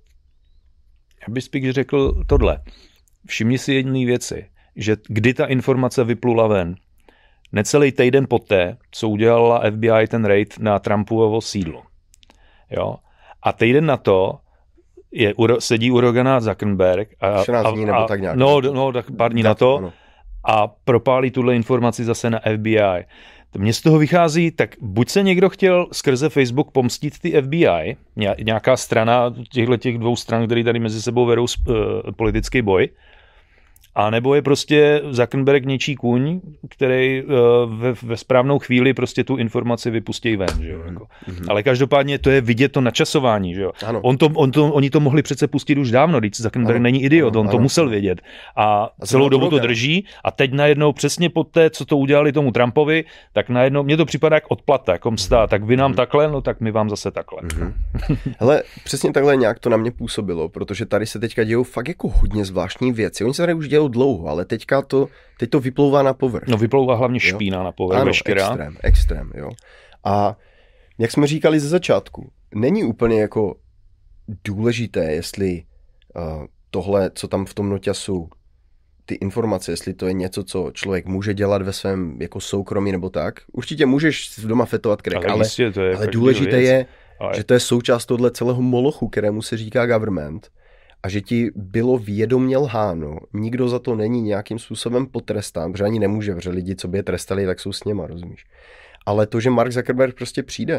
tohle. Všimni si jedné věci, že kdy ta informace vyplula ven, necelý týden poté, co udělala FBI ten raid na Trumpovo sídlo. Jo? A týden na to sedí u Rogana Zuckerberg a 14 dní nebo tak nějak. No, tak pár dní na to ano. A propálí tuhle informaci zase na FBI. Mně z toho vychází, tak buď se někdo chtěl skrze Facebook pomstit ty FBI, nějaká strana, těch 2 stran, které tady mezi sebou vedou politický boj, a nebo je prostě Zuckerberg něčí kůň, který ve správnou chvíli prostě tu informaci vypustí ven. Že jo? Ale každopádně to je vidět to načasování. Že jo? Oni to mohli přece pustit už dávno, když Zuckerberg není idiot, on to musel vědět. A celou dobu to drží a teď najednou přesně po té, co to udělali tomu Trumpovi, tak najednou mně to připadá jak odplata, jako msta. Tak vy nám takhle, no tak my vám zase takhle. Hele, přesně takhle nějak to na mě působilo, protože tady se teďka dějou fakt jako hodně zvláštní věci. Oni se tady už dějou dlouho, ale teď to vyplouvá na povrch. No vyplouvá hlavně špína na povrch, veškerá. Extrém, jo. A jak jsme říkali ze začátku, není úplně jako důležité, jestli tohle, co tam v tom noťasu, ty informace, jestli to je něco, co člověk může dělat ve svém jako soukromí nebo tak. Určitě můžeš doma fetovat krek, ale důležité je, že to je součást tohle celého molochu, kterému se říká government, a že ti bylo vědomě lháno, nikdo za to není nějakým způsobem potrestán, protože ani nemůže, protože lidi, co by je trestali, tak jsou s něma, rozumíš. Ale to, že Mark Zuckerberg prostě přijde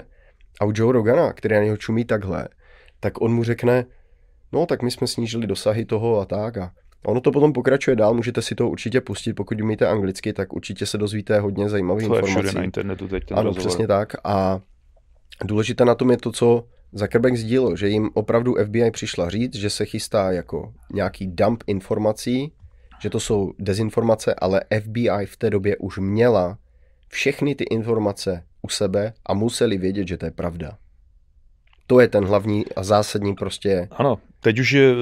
A u Joe Rogana, který na něho čumí takhle, tak on mu řekne, no tak my jsme snížili dosahy toho a tak a ono to potom pokračuje dál, můžete si to určitě pustit, pokud umíte anglicky, tak určitě se dozvíte hodně zajímavých informací. To je všude na internetu teď ten ano, rozhovor. přesně tak. A důležité na tom je to, co Zuckerberg sdílel, že jim opravdu FBI přišla říct, že se chystá jako nějaký dump informací, že to jsou dezinformace, ale FBI v té době už měla všechny ty informace u sebe a museli vědět, že to je pravda. To je ten hlavní a zásadní prostě. Ano, teď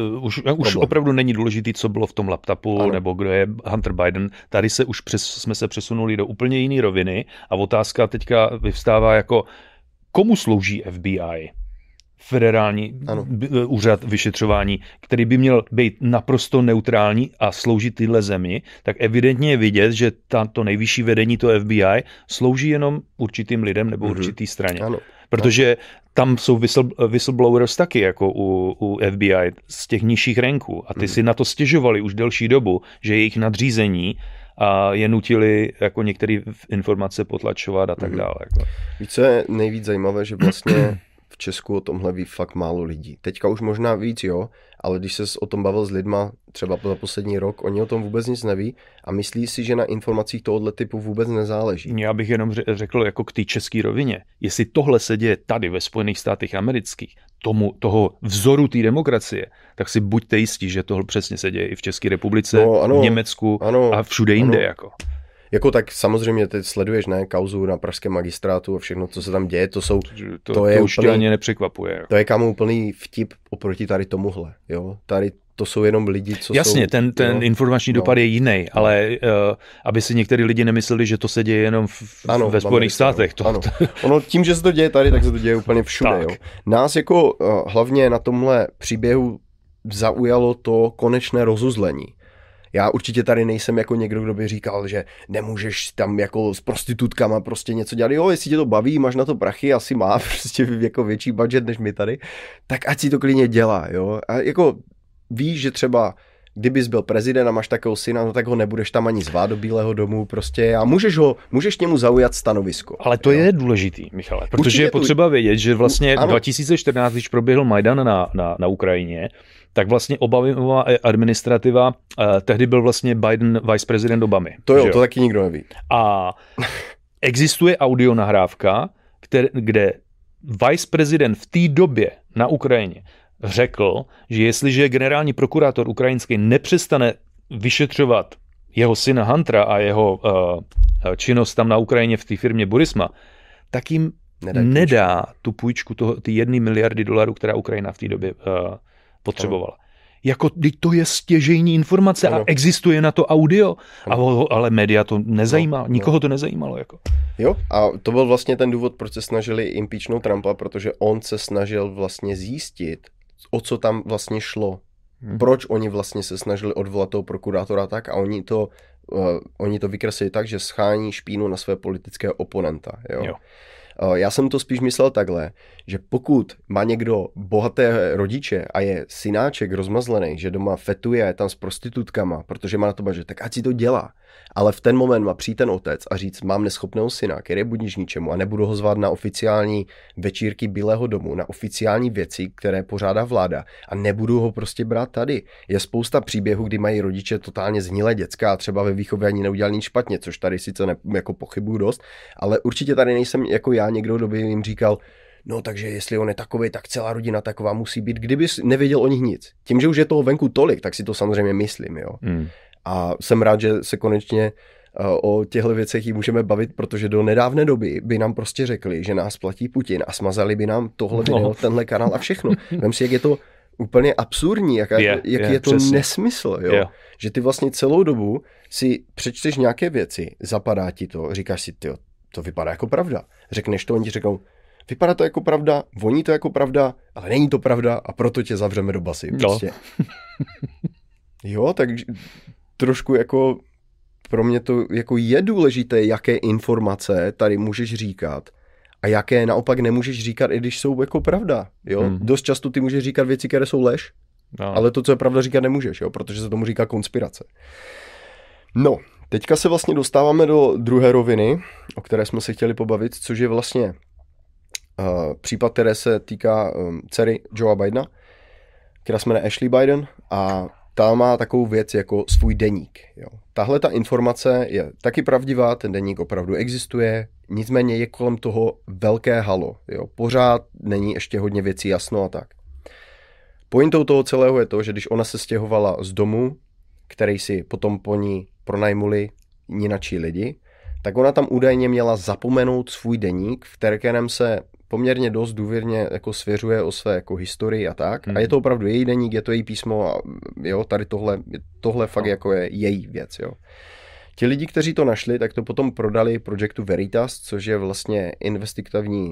už opravdu není důležitý, co bylo v tom laptopu, ano. Nebo kdo je Hunter Biden. Tady jsme se přesunuli do úplně jiné roviny a otázka teďka vyvstává jako, komu slouží FBI? Federální úřad vyšetřování, který by měl být naprosto neutrální a sloužit tyhle zemi, tak evidentně je vidět, že to nejvyšší vedení to FBI slouží jenom určitým lidem nebo určitý straně. Ano. Protože tam jsou whistleblowers taky, jako u FBI, z těch nižších ranků. A ty si na to stěžovali už delší dobu, že jejich nadřízení a je nutili jako některé informace potlačovat a tak dále. Jako. Víš, co je nejvíc zajímavé, že vlastně v Česku o tomhle ví fakt málo lidí. Teďka už možná víc, jo, ale když ses o tom bavil s lidma třeba za poslední rok, oni o tom vůbec nic neví a myslí si, že na informacích tohoto typu vůbec nezáleží. Já bych jenom řekl jako k té české rovině, jestli tohle se děje tady ve Spojených státech amerických, toho vzoru té demokracie, tak si buďte jistí, že tohle přesně se děje i v České republice, v Německu a všude jinde. Jako. Jako tak samozřejmě teď sleduješ, ne, kauzu na pražském magistrátu a všechno, co se tam děje, to už tě ani nepřekvapuje. Jako. To je kámo úplný vtip oproti tady tomuhle, jo. Tady to jsou jenom lidi, co Jasně, ten informační dopad je jiný, ale aby si některý lidi nemysleli, že to se děje jenom ve Spojených státech. Ono tím, že se to děje tady, tak se to děje úplně všude, jo. Nás jako hlavně na tomhle příběhu zaujalo to konečné rozuzlení. Já určitě tady nejsem jako někdo, kdo by říkal, že nemůžeš tam jako s prostitutkama prostě něco dělat. Jo, jestli tě to baví, máš na to prachy, asi má prostě jako větší budget než my tady, tak ať si to klidně dělá, jo. A jako víš, že třeba kdybys byl prezident a máš takového syna, no tak ho nebudeš tam ani zvát do Bílého domu prostě a můžeš k němu zaujat stanovisko. Ale to je důležitý, Michale, protože určitě je potřeba vědět, že vlastně 2014, když proběhl Majdan na Ukrajině, tak vlastně Obamová administrativa, tehdy byl vlastně Biden viceprezident Obamy. To jo, to taky nikdo neví. A existuje audionahrávka, kde viceprezident v té době na Ukrajině řekl, že jestliže generální prokurátor ukrajinský nepřestane vyšetřovat jeho syna Huntera a jeho činnost tam na Ukrajině v té firmě Burisma, tak jim nedá tu půjčku ty 1 miliardy dolarů, která Ukrajina v té době potřebovala. Jako to je stěžejní informace a existuje na to audio, ale média to nezajímá, nikoho to nezajímalo. Jako. Jo, a to byl vlastně ten důvod, proč se snažili impeachnout Trumpa, protože on se snažil vlastně zjistit, o co tam vlastně šlo. Proč oni vlastně se snažili odvolat toho prokurátora tak a oni to vykreslili tak, že schání špínu na své politické oponenta. Jo. Já jsem to spíš myslel takhle, že pokud má někdo bohaté rodiče a je synáček rozmazlený, že doma fetuje a je tam s prostitutkama, protože má na to budget, tak ať si to dělá. Ale v ten moment má přijít ten otec a říct, mám neschopného syna, který je budíš ničemu a nebudu ho zvát na oficiální večírky Bílého domu, na oficiální věci, které pořádá vláda a nebudu ho prostě brát tady. Je spousta příběhů, kdy mají rodiče totálně zhnilé děcka a třeba ve výchově ani neudělali nic špatně, což tady sice jako pochybuju dost, ale určitě tady nejsem jako já někdo, kdo by jim říkal, no takže jestli on je takový, tak celá rodina taková musí být, kdybys nevěděl o nich nic. Tím, že už je toho venku tolik, tak si to samozřejmě myslím, jo. A jsem rád, že se konečně o těchto věcech jí můžeme bavit, protože do nedávné doby by nám prostě řekli, že nás platí Putin a smazali by nám tohle video, tenhle kanál a všechno. Vem si, jak je to úplně absurdní, jak je to přesně. Nesmysl, jo. Že ty vlastně celou dobu si přečteš nějaké věci, zapadá ti to, říkáš si, tyjo, to vypadá jako pravda. Řekneš to, oni ti řeknou, vypadá to jako pravda, voní to jako pravda, ale není to pravda a proto tě zavřeme do basy. Prostě. Jo, tak trošku jako pro mě to jako je důležité, jaké informace tady můžeš říkat a jaké naopak nemůžeš říkat, i když jsou jako pravda. Jo? Dost často ty můžeš říkat věci, které jsou lež, ale to, co je pravda, říkat nemůžeš, jo? Protože se tomu říká konspirace. No, teďka se vlastně dostáváme do druhé roviny, o které jsme se chtěli pobavit, což je vlastně případ, které se týká dcery Joea Bidena, která se jmenuje Ashley Biden a ta má takovou věc jako svůj deník. Jo. Tahle ta informace je taky pravdivá, ten deník opravdu existuje, nicméně je kolem toho velké halo. Jo. Pořád není ještě hodně věcí jasno a tak. Pointou toho celého je to, že když ona se stěhovala z domu, který si potom po ní pronajmuli jinačí lidi, tak ona tam údajně měla zapomenout svůj deník, v kterém se poměrně dost důvěrně jako svěřuje o své jako historii a tak. A je to opravdu její deník, je to její písmo a jo, tady tohle fakt jako je její věc, jo. Ti lidi, kteří to našli, tak to potom prodali Projectu Veritas, což je vlastně investigativní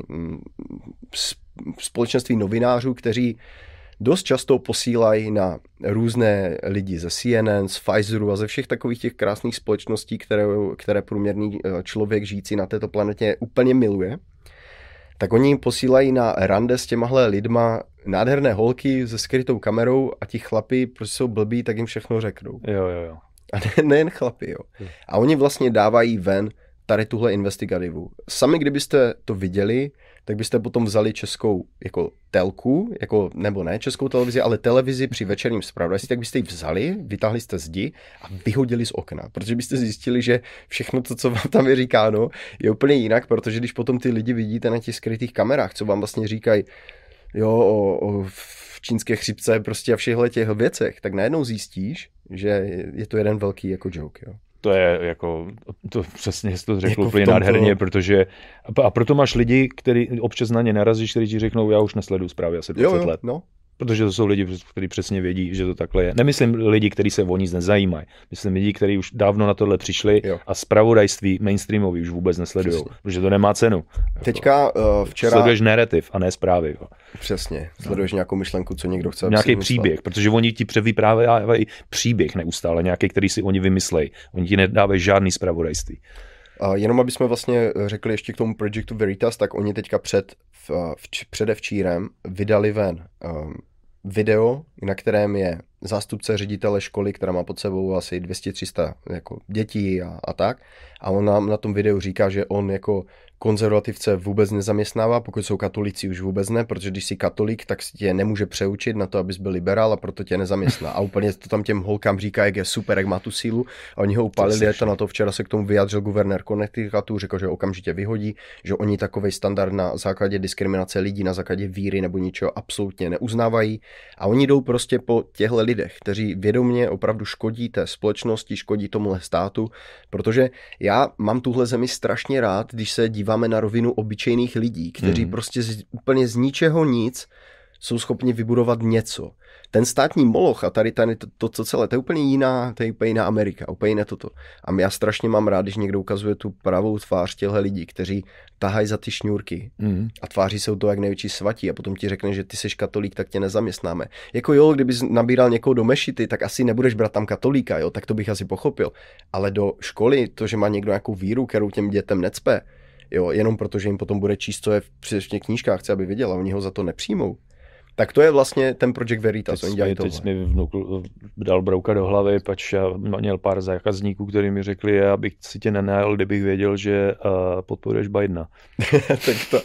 společenství novinářů, kteří dost často posílají na různé lidi ze CNN, z Pfizeru a ze všech takových těch krásných společností, které průměrný člověk žijící na této planetě úplně miluje. Tak oni jim posílají na rande s těmahle lidma nádherné holky se skrytou kamerou a ti chlapi, protože jsou blbí, tak jim všechno řeknou. Jo. A nejen chlapi, jo. A oni vlastně dávají ven tady tuhle investigativu. Sami, kdybyste to viděli, tak byste potom vzali českou jako telku, jako, nebo ne českou televizi, ale televizi při večerním zpravodajství, tak byste ji vzali, vytáhli jste zdi a vyhodili z okna, protože byste zjistili, že všechno to, co vám tam je říkáno, je úplně jinak, protože když potom ty lidi vidíte na těch skrytých kamerách, co vám vlastně říkají, jo, o čínské chřipce prostě a všech těch věcech, tak najednou zjistíš, že je to jeden velký jako joke, jo. To je jako, to přesně jsi to řekl jako úplně nádherně, protože a proto máš lidi, který občas na ně narazíš, kteří ti řeknou, já už nesleduju zprávy asi 20 let. No. Protože to jsou lidi, kteří přesně vědí, že to takhle je. Nemyslím lidi, kteří se o nic nezajímají. Myslím lidi, kteří už dávno na tohle přišli a zpravodajství mainstreamový už vůbec nesledují, protože to nemá cenu. Teďka včera... Sleduješ narrativ a ne zprávy. Jo. Přesně. Sleduješ nějakou myšlenku, co někdo chce. Nějaký příběh, protože oni ti předvyprávějí příběh neustále, nějaký, který si oni vymyslejí. Oni ti nedávají žádný zpravodajství. Jenom aby jsme vlastně řekli ještě k tomu Projectu Veritas, tak oni teďka předevčírem vydali ven video, na kterém je zástupce ředitele školy, která má pod sebou asi 200-300 jako dětí a tak. A on nám na tom videu říká, že on jako konzervativce vůbec nezaměstnává, pokud jsou katolíci už vůbec ne, protože když jsi katolík, tak si tě nemůže přeučit na to, abys byl liberál a proto tě nezaměstná. A úplně to tam těm holkám říká, jak je super, jak má tu sílu a oni ho upálili a na to včera se k tomu vyjádřil guvernér Connecticutu, řekl, že okamžitě vyhodí, že oni takovej standard na základě diskriminace lidí, na základě víry nebo ničeho absolutně neuznávají a oni jdou prostě po těchto lidech, kteří vědomě opravdu škodí té společnosti, škodí tomuhle státu, protože já mám tuhle zemi strašně rád, když se díváme na rovinu obyčejných lidí, kteří prostě úplně z ničeho nic jsou schopni vybudovat něco. Ten státní moloch a tady to celé, to je úplně jiná Amerika, úplně jiné toto. A já strašně mám rád, když někdo ukazuje tu pravou tvář těchto lidí, kteří tahají za ty šňůrky a tváří se to jak největší svatí a potom ti řekne, že ty jsi katolík, tak tě nezaměstnáme. Jako jo, kdybys nabíral někoho do mešity, tak asi nebudeš brát tam katolíka, jo, tak to bych asi pochopil. Ale do školy, to, že má někdo nějakou víru, kterou těm dětem necpe, jo, jenom protože jim potom bude číst, co je v knížkách, chce, aby viděl a oni ho za to nepřijmou. Tak to je vlastně ten Project Veritas. Teď mi vnuk dal brouka do hlavy, pač já měl pár zákazníků, kteří mi řekli, abych si tě nenajal, kdybych věděl, že podporuješ Bidena. Tak to...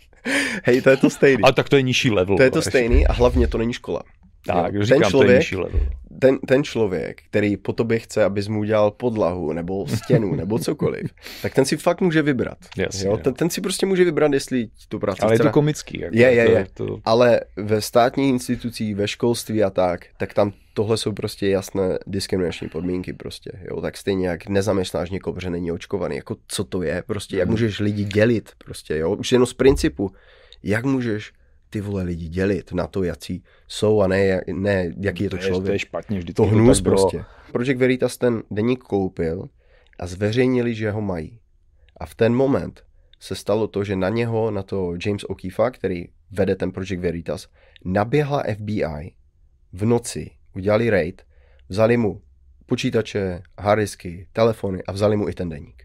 Hej, to je to stejný. A tak to je nižší level. To je to stejný a hlavně to není škola. Tak, říkám, to je nižší level. Ten člověk, který po tobě chce, abys mu udělal podlahu nebo stěnu nebo cokoliv, tak ten si fakt může vybrat. Jasně, jo? Ten si prostě může vybrat, jestli tu práci ale je to komický. Jako je. Ale ve státních institucích, ve školství a tak tam tohle jsou prostě jasné diskriminační podmínky prostě. Jo? Tak stejně jak nezaměstnáš někoho, protože není očkovaný. Jako co to je? Prostě jak můžeš lidi dělit prostě, jo? Už jenom z principu. Jak můžeš ty vole lidi dělit na to, jací jsou a ne jaký je to člověk. To je špatně, vždycky to hnus prostě. Project Veritas ten deník koupil a zveřejnili, že ho mají. A v ten moment se stalo to, že na to James O'Keefe, který vede ten Project Veritas, naběhla FBI v noci, udělali raid, vzali mu počítače, hardisky, telefony a vzali mu i ten deník.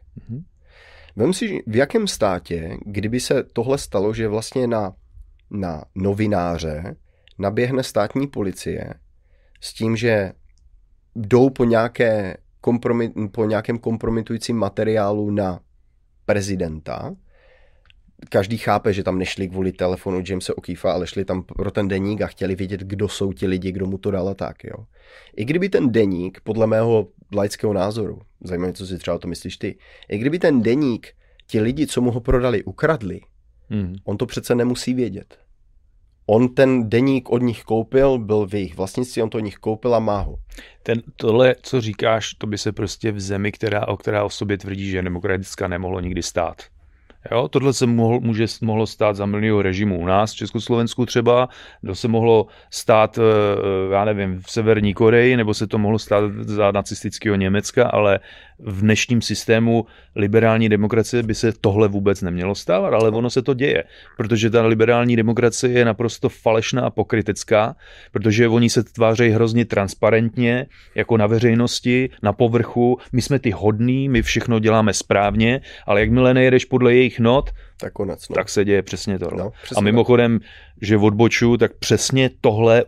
Vem si, v jakém státě, kdyby se tohle stalo, že vlastně na novináře naběhne státní policie s tím, že jdou po nějakém kompromitujícím materiálu na prezidenta, každý chápe, že tam nešli kvůli telefonu Jamesa O'Keefea, ale šli tam pro ten deník a chtěli vědět, kdo jsou ti lidi, kdo mu to dal a tak, jo. I kdyby ten deník, podle mého laického názoru, zajímavé, co si třeba o to myslíš ty, i kdyby ten deník ti lidi, co mu ho prodali, ukradli, on to přece nemusí vědět. On ten deník od nich koupil, byl v jejich vlastnictví, on to od nich koupil a má ho. Tohle, co říkáš, to by se prostě v zemi, která o sobě tvrdí, že je demokratická, nemohlo nikdy stát. Jo, tohle se mohlo stát za minulého režimu u nás, v Československu třeba, to se mohlo stát, já nevím, v Severní Koreji, nebo se to mohlo stát za nacistického Německa, ale v dnešním systému liberální demokracie by se tohle vůbec nemělo stávat, ale ono se to děje, protože ta liberální demokracie je naprosto falešná a pokrytecká, protože oni se tvářejí hrozně transparentně, jako na veřejnosti, na povrchu, my jsme ty hodní, my všechno děláme správně, ale jakmile nejedeš podle jejich not, tak konec, no. Tak se děje přesně tohle. No, a mimochodem, že odboču, tak přesně tohle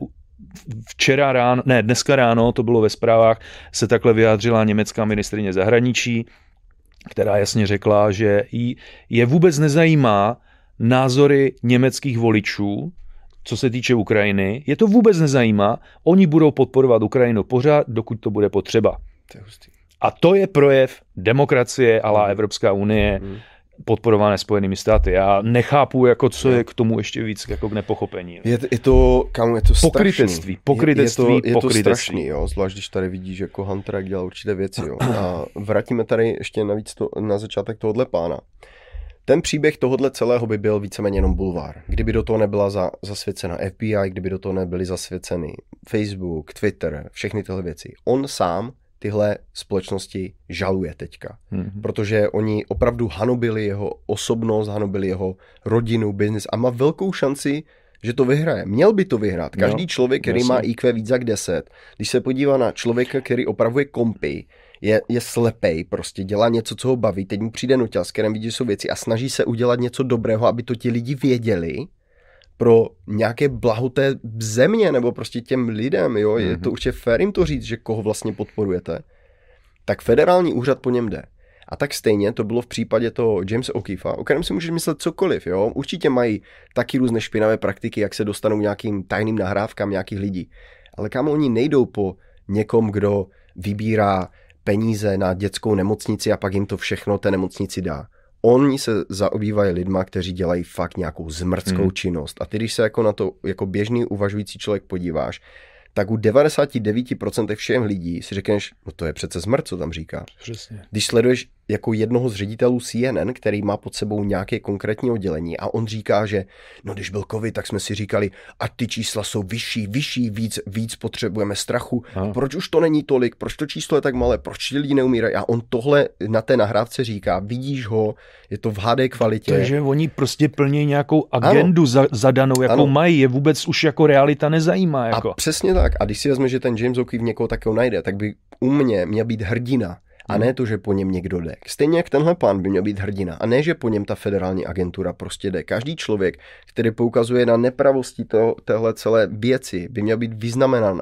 dneska ráno, to bylo ve zprávách, se takhle vyjádřila německá ministryně zahraničí, která jasně řekla, že je vůbec nezajímá názory německých voličů, co se týče Ukrajiny, je to vůbec nezajímá, oni budou podporovat Ukrajinu pořád, dokud to bude potřeba. To je hustý. A to je projev demokracie a la Evropská unie, podporované Spojenými státy. Já nechápu, jako co je k tomu ještě víc jako k nepochopení. Je to pokrytectví. Je to strašný, jo, zvlášť když tady vidíš, jako Hunter jak dělá určité věci, jo. A vrátíme tady ještě navíc na začátek tohohle pána. Ten příběh tohohle celého by byl víceméně jenom bulvár. Kdyby do toho nebyla zasvěcena FBI, kdyby do toho nebyly zasvěceny Facebook, Twitter, všechny tyhle věci. On sám tyhle společnosti žaluje teďka. Protože oni opravdu hanobili jeho osobnost, hanobili jeho rodinu, biznis a má velkou šanci, že to vyhraje. Měl by to vyhrát. Každý člověk, který má IQ víc jak 10, když se podívá na člověka, který opravuje kompy, je slepej, prostě dělá něco, co ho baví, teď mu přijde noťaz, s kterým vidí, že jsou věci a snaží se udělat něco dobrého, aby to ti lidi věděli, pro nějaké blaho té země, nebo prostě těm lidem, jo, je to určitě fér jim to říct, že koho vlastně podporujete, tak federální úřad po něm jde. A tak stejně to bylo v případě toho Jamesa O'Keefea, o kterém si můžeš myslet cokoliv, jo, určitě mají taky různé špinavé praktiky, jak se dostanou nějakým tajným nahrávkám nějakých lidí, ale kam oni nejdou po někom, kdo vybírá peníze na dětskou nemocnici a pak jim to všechno té nemocnici dá. Oni se zaobývají lidma, kteří dělají fakt nějakou zmrdskou činnost. A ty, když se jako na to jako běžný uvažující člověk podíváš, tak u 99% všem lidí si řekneš, no to je přece zmrt, co tam říká. Přesně. Když sleduješ jako jednoho z ředitelů CNN, který má pod sebou nějaké konkrétní oddělení a on říká, že no když byl covid, tak jsme si říkali, a ty čísla jsou vyšší, víc potřebujeme strachu. Proč už to není tolik? Proč to číslo je tak malé? Proč lidi neumírají? A on tohle na té nahrávce říká, vidíš ho, je to v HD kvalitě. Takže oni prostě plní nějakou agendu zadanou, jakou mají, je vůbec už jako realita nezajímá. Jako. A přesně tak. A když si vezme, že ten James O'Keefe někoho takového najde, tak by u mě měl být hrdina. A ne to, že po něm někdo jde. Stejně jak tenhle pán by měl být hrdina. A ne, že po něm ta federální agentura prostě jde. Každý člověk, který poukazuje na nepravosti téhle celé věci, by měl být vyznamenán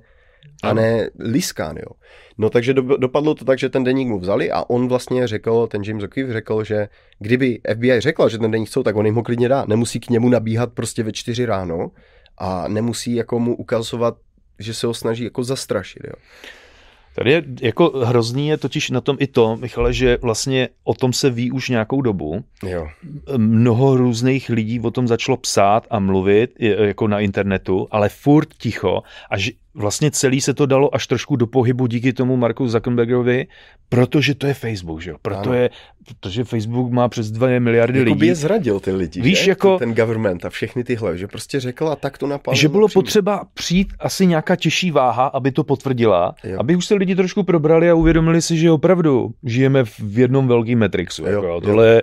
a ne liskán. Jo. No takže dopadlo to tak, že ten deník mu vzali a on vlastně řekl, ten James O'Keefe řekl, že kdyby FBI řekla, že ten deník chcou, tak on jim ho klidně dá. Nemusí k němu nabíhat prostě ve 4 ráno a nemusí jako mu ukazovat, že se ho snaží jako zastrašit. Jo. Tady je jako hrozný je totiž na tom i to, Michale, že vlastně o tom se ví už nějakou dobu. Jo. Mnoho různých lidí o tom začalo psát a mluvit jako na internetu, ale furt ticho a vlastně celý se to dalo až trošku do pohybu díky tomu Marku Zuckerbergovi, protože to je Facebook, že jo? Protože Facebook má přes 2 miliardy lidí. Jakoby je zradil ty lidi, víš, že? Jako, ten government a všechny tyhle, že prostě řekl a tak to napadlo. Že bylo potřeba přijít asi nějaká těžší váha, aby to potvrdila, aby už se lidi trošku probrali a uvědomili si, že opravdu žijeme v jednom velkém Matrixu. Tohle...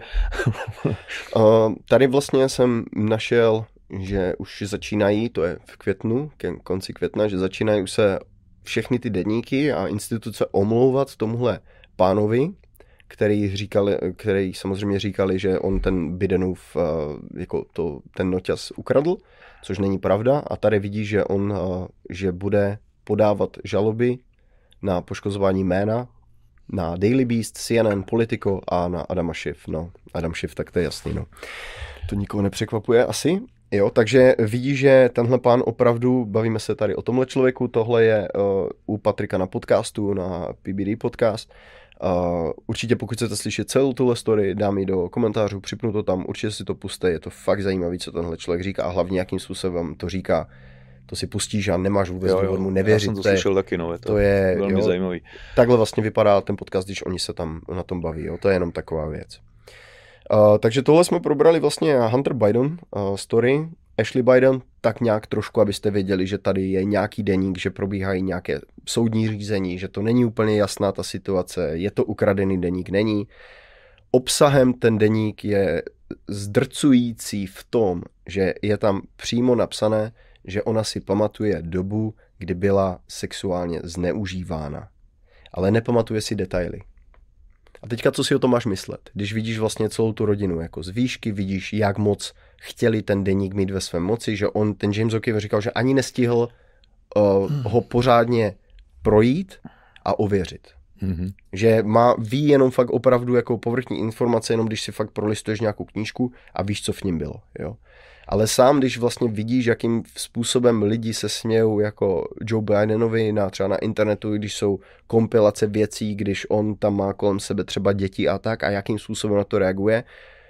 Tady vlastně jsem našel, že už začínají, to je v květnu, ke konci května, že začínají už se všechny ty deníky a instituce omlouvat tomuhle pánovi, který samozřejmě říkali, že on ten Bidenův jako ten noťaz ukradl, což není pravda. A tady vidí, že on že bude podávat žaloby na poškozování jména na Daily Beast, CNN, Politico a na Adama Schiff. No, Adam Schiff, tak to je jasný, no. To nikoho nepřekvapuje asi. Jo, takže vidí, že tenhle pán opravdu, bavíme se tady o tomhle člověku, tohle je u Patrika na podcastu, na PBD podcast. Určitě pokud chcete slyšet celou tuhle story, dám ji do komentářů, připnu to tam, určitě si to puste, je to fakt zajímavý, co tenhle člověk říká a hlavně jakým způsobem to říká. To si pustíš a nemáš vůbec důvod mu nevěřit. Já jsem to slyšel taky, no, to je velmi zajímavý. Takhle vlastně vypadá ten podcast, když oni se tam na tom baví, jo, to je jenom taková věc. Takže tohle jsme probrali vlastně Hunter Biden story, Ashley Biden, tak nějak trošku, abyste věděli, že tady je nějaký deník, že probíhají nějaké soudní řízení, že to není úplně jasná ta situace, je to ukradený deník, není. Obsahem ten deník je zdrcující v tom, že je tam přímo napsané, že ona si pamatuje dobu, kdy byla sexuálně zneužívána, ale nepamatuje si detaily. A teďka, co si o tom máš myslet? Když vidíš vlastně celou tu rodinu jako z výšky, vidíš, jak moc chtěli ten deník mít ve svém moci, že on, ten James O'Keefe říkal, že ani nestihl ho pořádně projít a ověřit. Mm-hmm. Že ví jenom fakt opravdu jako povrchní informace, jenom když si fakt prolistuješ nějakou knížku a víš, co v něm bylo. Jo? Ale sám, když vlastně vidíš, jakým způsobem lidi se smějou jako Joe Bidenovi třeba na internetu, když jsou kompilace věcí, když on tam má kolem sebe třeba děti a tak a jakým způsobem na to reaguje.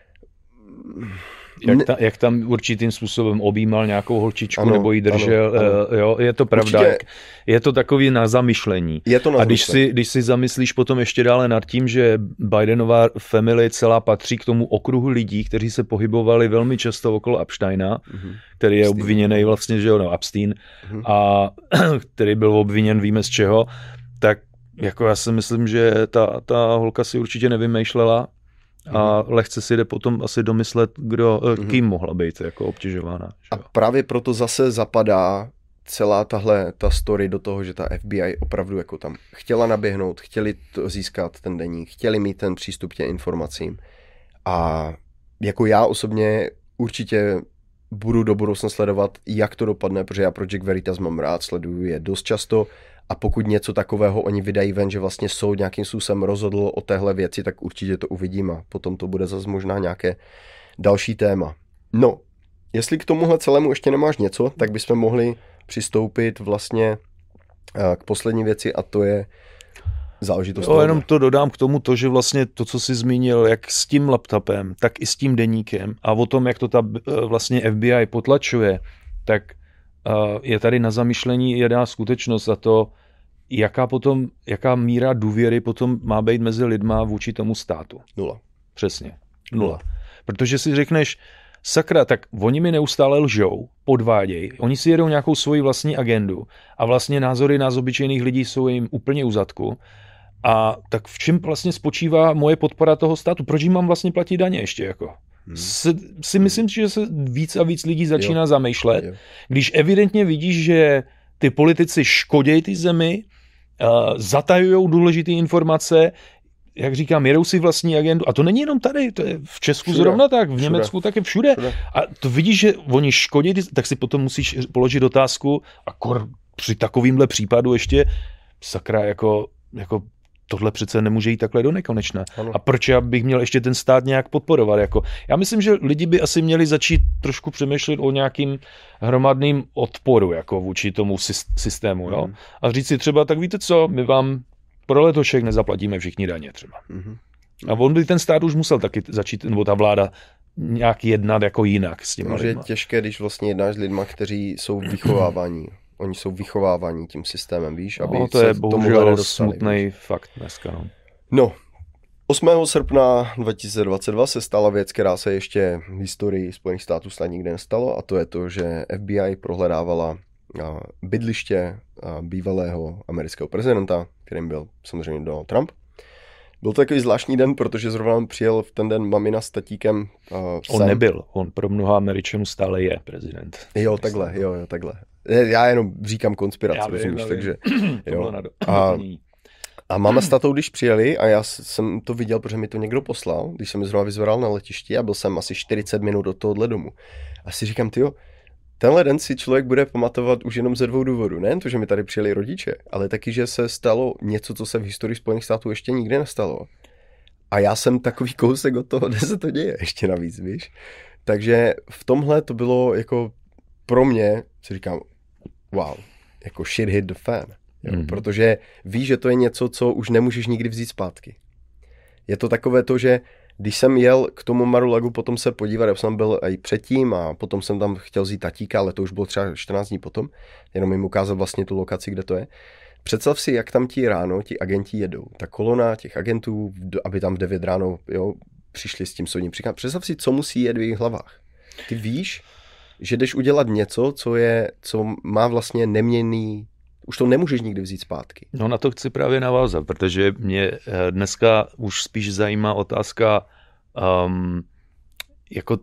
Jak tam určitým způsobem objímal nějakou holčičku, ano, nebo jí držel, ano. Jo, je to pravda. Určitě. Je to takový na zamyšlení. Je to na když si zamyslíš potom ještě dále nad tím, že Bidenova family celá patří k tomu okruhu lidí, kteří se pohybovali velmi často okolo Epsteina, který je obviněný vlastně, že jo, Epstein, a který byl obviněn víme z čeho, tak jako já si myslím, že ta holka si určitě nevymýšlela, a lehce si jde potom asi domyslet, kým mohla být jako obtěžována. A právě proto zase zapadá celá ta story do toho, že ta FBI opravdu jako tam chtěla naběhnout, chtěli získat ten deník, chtěli mít ten přístup k těm informacím. A jako já osobně určitě budu do budoucna sledovat, jak to dopadne, protože já Project Veritas mám rád, sleduju je dost často. A pokud něco takového oni vydají ven, že vlastně soud nějakým způsobem rozhodl o téhle věci, tak určitě to uvidím a potom to bude zase možná nějaké další téma. No, jestli k tomuhle celému ještě nemáš něco, tak bychom mohli přistoupit vlastně k poslední věci a to je záležitost. Jo, jenom to dodám k tomu to, že vlastně to, co jsi zmínil, jak s tím laptopem, tak i s tím deníkem a o tom, jak to ta vlastně FBI potlačuje, tak je tady na zamyšlení jedna skutečnost a to, jaká míra důvěry potom má být mezi lidma vůči tomu státu. 0. Přesně. 0. Protože si řekneš, sakra, tak oni mi neustále lžou, podvádějí, oni si jedou nějakou svoji vlastní agendu a vlastně názory nás obyčejných lidí jsou jim úplně u zadku. A tak v čem vlastně spočívá moje podpora toho státu? Proč jim mám vlastně platit daně ještě jako? Si myslím, že se víc a víc lidí začíná zamýšlet, když evidentně vidíš, že ty politici škodějí ty zemi, zatajujou důležité informace, jak říkám, jedou si vlastní agendu. A to není jenom tady, to je v Česku všude. Zrovna tak, v Německu taky všude. A to vidíš, že oni škodí, tak si potom musíš položit otázku, a při takovýmhle případu ještě, sakra, jako tohle přece nemůže jít takhle do nekonečna. Ano. A proč já bych měl ještě ten stát nějak podporovat? Jako? Já myslím, že lidi by asi měli začít trošku přemýšlet o nějakým hromadným odporu jako vůči tomu systému. Jo? A říct si třeba, tak víte co, my vám pro letošek nezaplatíme všichni daně třeba. A on by ten stát už musel taky začít, nebo ta vláda nějak jednat jako jinak s těma lidma. Je těžké, když vlastně jednáš s lidma, kteří jsou vychovávaní. Oni jsou vychovávaní tím systémem, víš, aby to je bohužel smutný fakt dneska. No, 8. srpna 2022 se stala věc, která se ještě v historii Spojených států snad nikdy nestalo, a to je to, že FBI prohledávala bydliště bývalého amerického prezidenta, kterým byl samozřejmě Donald Trump. Byl to takový zvláštní den, protože zrovna přijel v ten den mamina s tatíkem On nebyl, on pro mnoha Američanů stále je prezident. Jo, takhle. Já jenom říkám konspiraci, rozumíš, takže jo. A máma s tatou, když přijeli, a já jsem to viděl, protože mi to někdo poslal, když jsem mi zrovna vyzvedal na letišti a byl jsem asi 40 minut od tohohle domu. A si říkám, tyjo, tenhle den si člověk bude pamatovat už jenom ze 2 důvodů. Nejen to, že mi tady přijeli rodiče, ale taky, že se stalo něco, co se v historii Spojených států ještě nikdy nestalo. A já jsem takový kousek od toho, kde se to děje ještě navíc, víš. Takže v tomhle to bylo jako pro mě, si říkám, wow, jako shit hit the fan. Protože víš, že to je něco, co už nemůžeš nikdy vzít zpátky. Je to takové to, že když jsem jel k tomu Mar-a-Lagu potom se podívat, já jsem byl i předtím a potom jsem tam chtěl vzít tatíka, ale to už bylo třeba 14 dní potom, jenom jim ukázat vlastně tu lokaci, kde to je. Představ si, jak tam ti agenti jedou. Ta kolona těch agentů, aby tam v 9 ráno přišli s tím soudním příkazem. Představ si, co musí jet v jejich hlavách. Ty víš, že jdeš udělat něco, co má vlastně neměnný, už to nemůžeš nikdy vzít zpátky. No na to chci právě navázat, protože mě dneska už spíš zajímá otázka, jako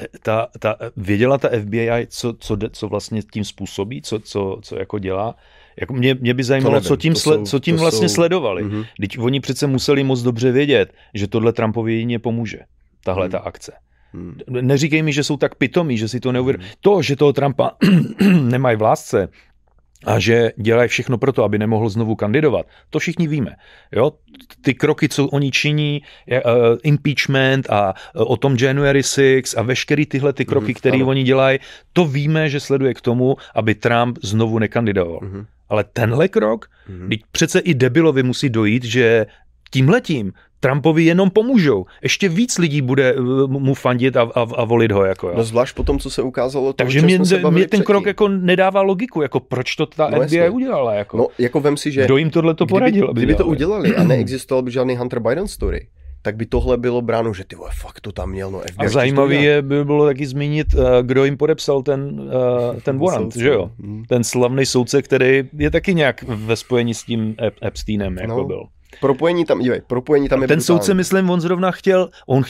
věděla ta FBI, co vlastně tím způsobí, co jako dělá. Jako mě by zajímalo, co tím vlastně sledovali. Když oni přece museli moc dobře vědět, že tohle Trumpovi jedině pomůže, tahle ta akce. Neříkej mi, že jsou tak pitomí, že si to neuvědomí. To, že toho Trumpa nemají v lásce a že dělají všechno pro to, aby nemohl znovu kandidovat, to všichni víme. Jo? Ty kroky, co oni činí, impeachment a o tom January 6 a veškerý tyhle ty kroky, které oni dělají, to víme, že sleduje k tomu, aby Trump znovu nekandidoval. Ale tenhle krok, teď přece i debilovi musí dojít, že tímhletím Trumpovi jenom pomůžou. Ještě víc lidí bude mu fandit a volit ho. Jako, jo. No zvlášť po tom, co se ukázalo. Takže mě ten krok jako nedává logiku. Jako proč to ta FBI udělala? Jako. No jako vem si, že... Kdo jim tohleto poradil? Kdyby to udělali a neexistoval by žádný Hunter Biden story, tak by tohle bylo bráno, že ty vole, fakt to tam měl, no FBI. A zajímavý by bylo taky zmínit, kdo jim podepsal ten warrant, že jo? Ten slavný soudce, který je taky nějak ve spojení s tím Epsteinem, jako byl. Propojení tam je ten soudce, myslím, on zrovna chtěl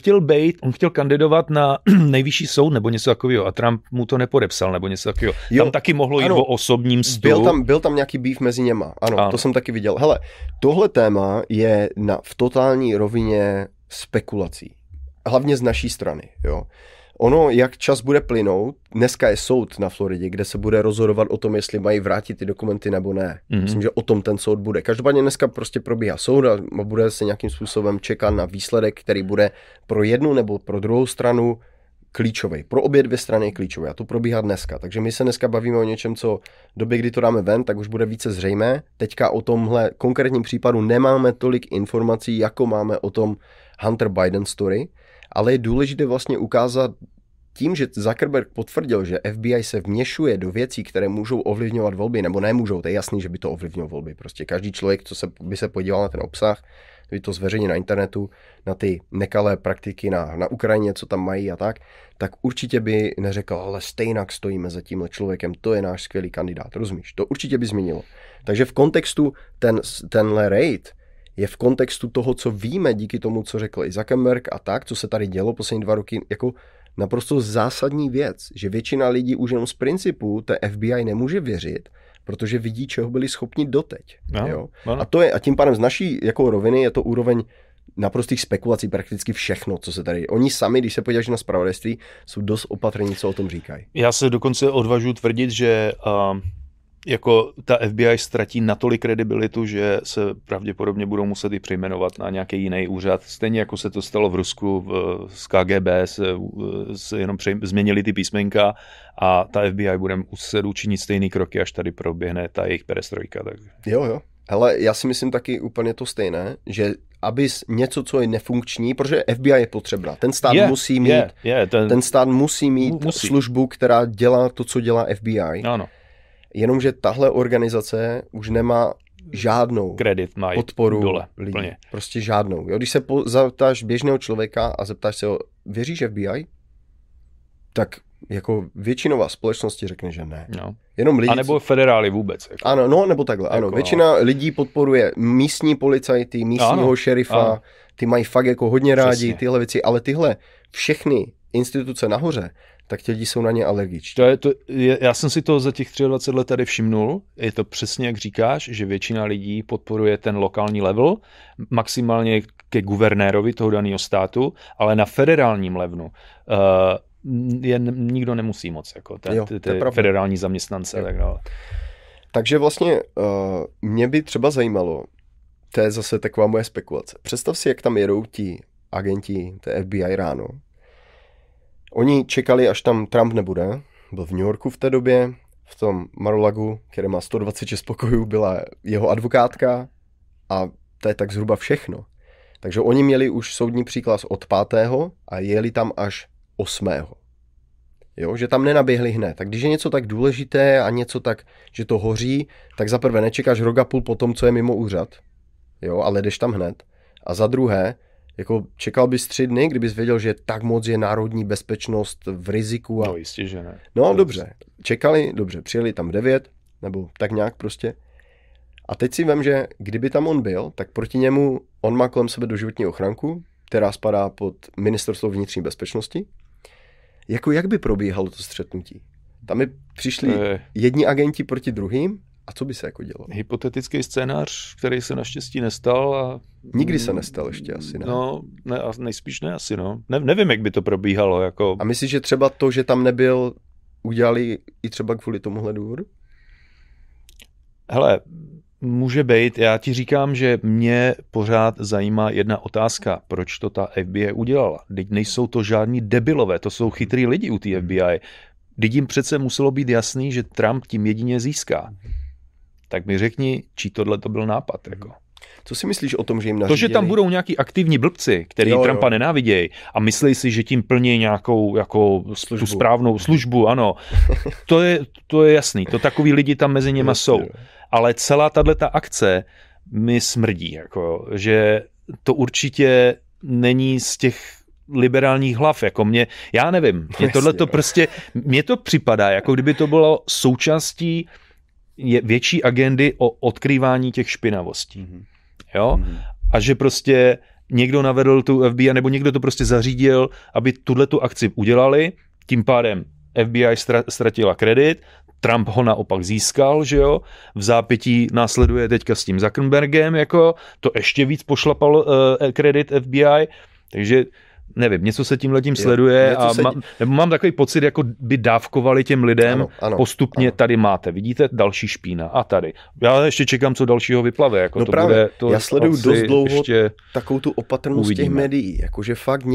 kandidovat na nejvyšší soud nebo něco takového a Trump mu to nepodepsal nebo něco takového. Tam taky mohlo jít o osobním stylu. Byl tam nějaký beef mezi něma, ano, to jsem taky viděl. Hele, tohle téma je v totální rovině spekulací. Hlavně z naší strany, jo. Ono, jak čas bude plynout, dneska je soud na Floridě, kde se bude rozhodovat o tom, jestli mají vrátit ty dokumenty nebo ne. Myslím, že o tom ten soud bude. Každopádně dneska prostě probíhá soud a bude se nějakým způsobem čekat na výsledek, který bude pro jednu nebo pro druhou stranu klíčový. Pro obě dvě strany je klíčový. A to probíhá dneska. Takže my se dneska bavíme o něčem, co v době, kdy to dáme ven, tak už bude více zřejmé. Teďka o tomhle konkrétním případu nemáme tolik informací, jako máme o tom Hunter Biden story. Ale je důležité vlastně ukázat tím, že Zuckerberg potvrdil, že FBI se vměšuje do věcí, které můžou ovlivňovat volby, nebo nemůžou, to je jasný, že by to ovlivnilo volby. Prostě každý člověk, co by se podíval na ten obsah, by to zveřejnil na internetu, na ty nekalé praktiky na Ukrajině, co tam mají a tak určitě by neřekl, ale stejnak stojíme za tímhle člověkem, to je náš skvělý kandidát, rozumíš? To určitě by změnilo. Takže v kontextu tenhle raid je v kontextu toho, co víme díky tomu, co řekl i Zuckerberg a tak, co se tady dělo poslední 2 roky, jako naprosto zásadní věc, že většina lidí už jenom z principu té FBI nemůže věřit, protože vidí, čeho byli schopni doteď. No, jo? No. A tím pádem z naší jako roviny je to úroveň naprostých spekulací, prakticky všechno, co se tady... Oni sami, když se podíváš na zpravodajství, jsou dost opatrní, co o tom říkají. Já se dokonce odvažuji tvrdit, že jako ta FBI ztratí natolik kredibilitu, že se pravděpodobně budou muset i přejmenovat na nějaký jiný úřad. Stejně jako se to stalo v Rusku s KGB, se jenom změnili ty písmenka a ta FBI bude muset učinit stejný kroky, až tady proběhne ta jejich perestrojka. Tak. Jo. Hele, já si myslím taky úplně to stejné, že aby něco, co je nefunkční, protože FBI je potřebná. Ten stát musí mít službu, která dělá to, co dělá FBI. Ano. Jenomže tahle organizace už nemá žádnou podporu dole, lidí. Plně. Prostě žádnou. Jo, když se zeptáš běžného člověka a zeptáš se ho, věříš FBI? Tak jako většinová společnosti řekne, že ne. No. Jenom lidi, a nebo federály vůbec. Jako. Ano, no, nebo takhle. Ano. Jako, většina lidí podporuje místní policajty, místního šerifa, ty mají fakt jako hodně rádi tyhle věci, ale tyhle všechny instituce nahoře, tak ti lidi jsou na ně alergičtí. Já jsem si to za těch 23 let tady všimnul. Je to přesně, jak říkáš, že většina lidí podporuje ten lokální level, maximálně ke guvernérovi toho daného státu, ale na federálním levelu je nikdo nemusí moc, jako ty federální zaměstnance. Tak dále. Takže vlastně mě by třeba zajímalo, to je zase taková moje spekulace. Představ si, jak tam jedou ti agenti té FBI ráno. Oni čekali, až tam Trump nebude. Byl v New Yorku v té době, v tom Mar-a-Lagu, které má 126 pokojů, byla jeho advokátka a to je tak zhruba všechno. Takže oni měli už soudní příkaz od 5. a jeli tam až 8. Jo, že tam nenaběhli hned. Tak když je něco tak důležité a něco tak, že to hoří, tak za prvé nečekáš rok a půl po tom, co je mimo úřad, jo, ale jdeš tam hned. A za druhé, jako čekal bys 3 dny, kdybys věděl, že tak moc je národní bezpečnost v riziku. No jistě, že ne. No dobře, čekali, dobře, přijeli tam 9, nebo tak nějak prostě. A teď si vem, že kdyby tam on byl, tak proti němu on má kolem sebe doživotní ochranku, která spadá pod Ministerstvo vnitřní bezpečnosti. Jako jak by probíhalo to střetnutí? Tam by přišli jedni agenti proti druhým a co by se jako dělo? Hypotetický scénář, který se naštěstí nestal. A nikdy se nestal ještě asi, ne? No, ne, nejspíš ne asi, no. Nevím, jak by to probíhalo. Jako... A myslíš, že třeba to, že tam nebyl, udělali i třeba kvůli tomuhle důvodu? Hele, může být. Já ti říkám, že mě pořád zajímá jedna otázka. Proč to ta FBI udělala? Teď nejsou to žádní debilové, to jsou chytrý lidi u té FBI. Teď jim přece muselo být jasný, že Trump tím jedině získá. Tak mi řekni, čí tohle to byl nápad. Jako. Co si myslíš o tom, že jim nařídili? To, že tam budou nějaký aktivní blbci, který Trumpa nenávidějí a myslí si, že tím plní nějakou jako tu správnou službu, ano. To je jasný. To takový lidi tam mezi něma jsou. Ale celá tato akce mi smrdí, jako, že to určitě není z těch liberálních hlav, jako já nevím, mně to připadá, jako kdyby to bylo součástí větší agendy o odkrývání těch špinavostí. Jo? A že prostě někdo navedl tu FBI, nebo někdo to prostě zařídil, aby tuhletu akci udělali, tím pádem FBI ztratila kredit, Trump ho naopak získal, že jo, v zápětí následuje teďka s tím Zuckerbergem, jako to ještě víc pošlapal kredit FBI, takže nevím, něco se tímhletím sleduje a mám takový pocit, jako by dávkovali těm lidem postupně, tady máte, vidíte, další špína a tady. Já ještě čekám, co dalšího vyplave. Jako no to právě, bude, to já sleduju dost dlouho takovou tu opatrnost těch médií, jakože fakt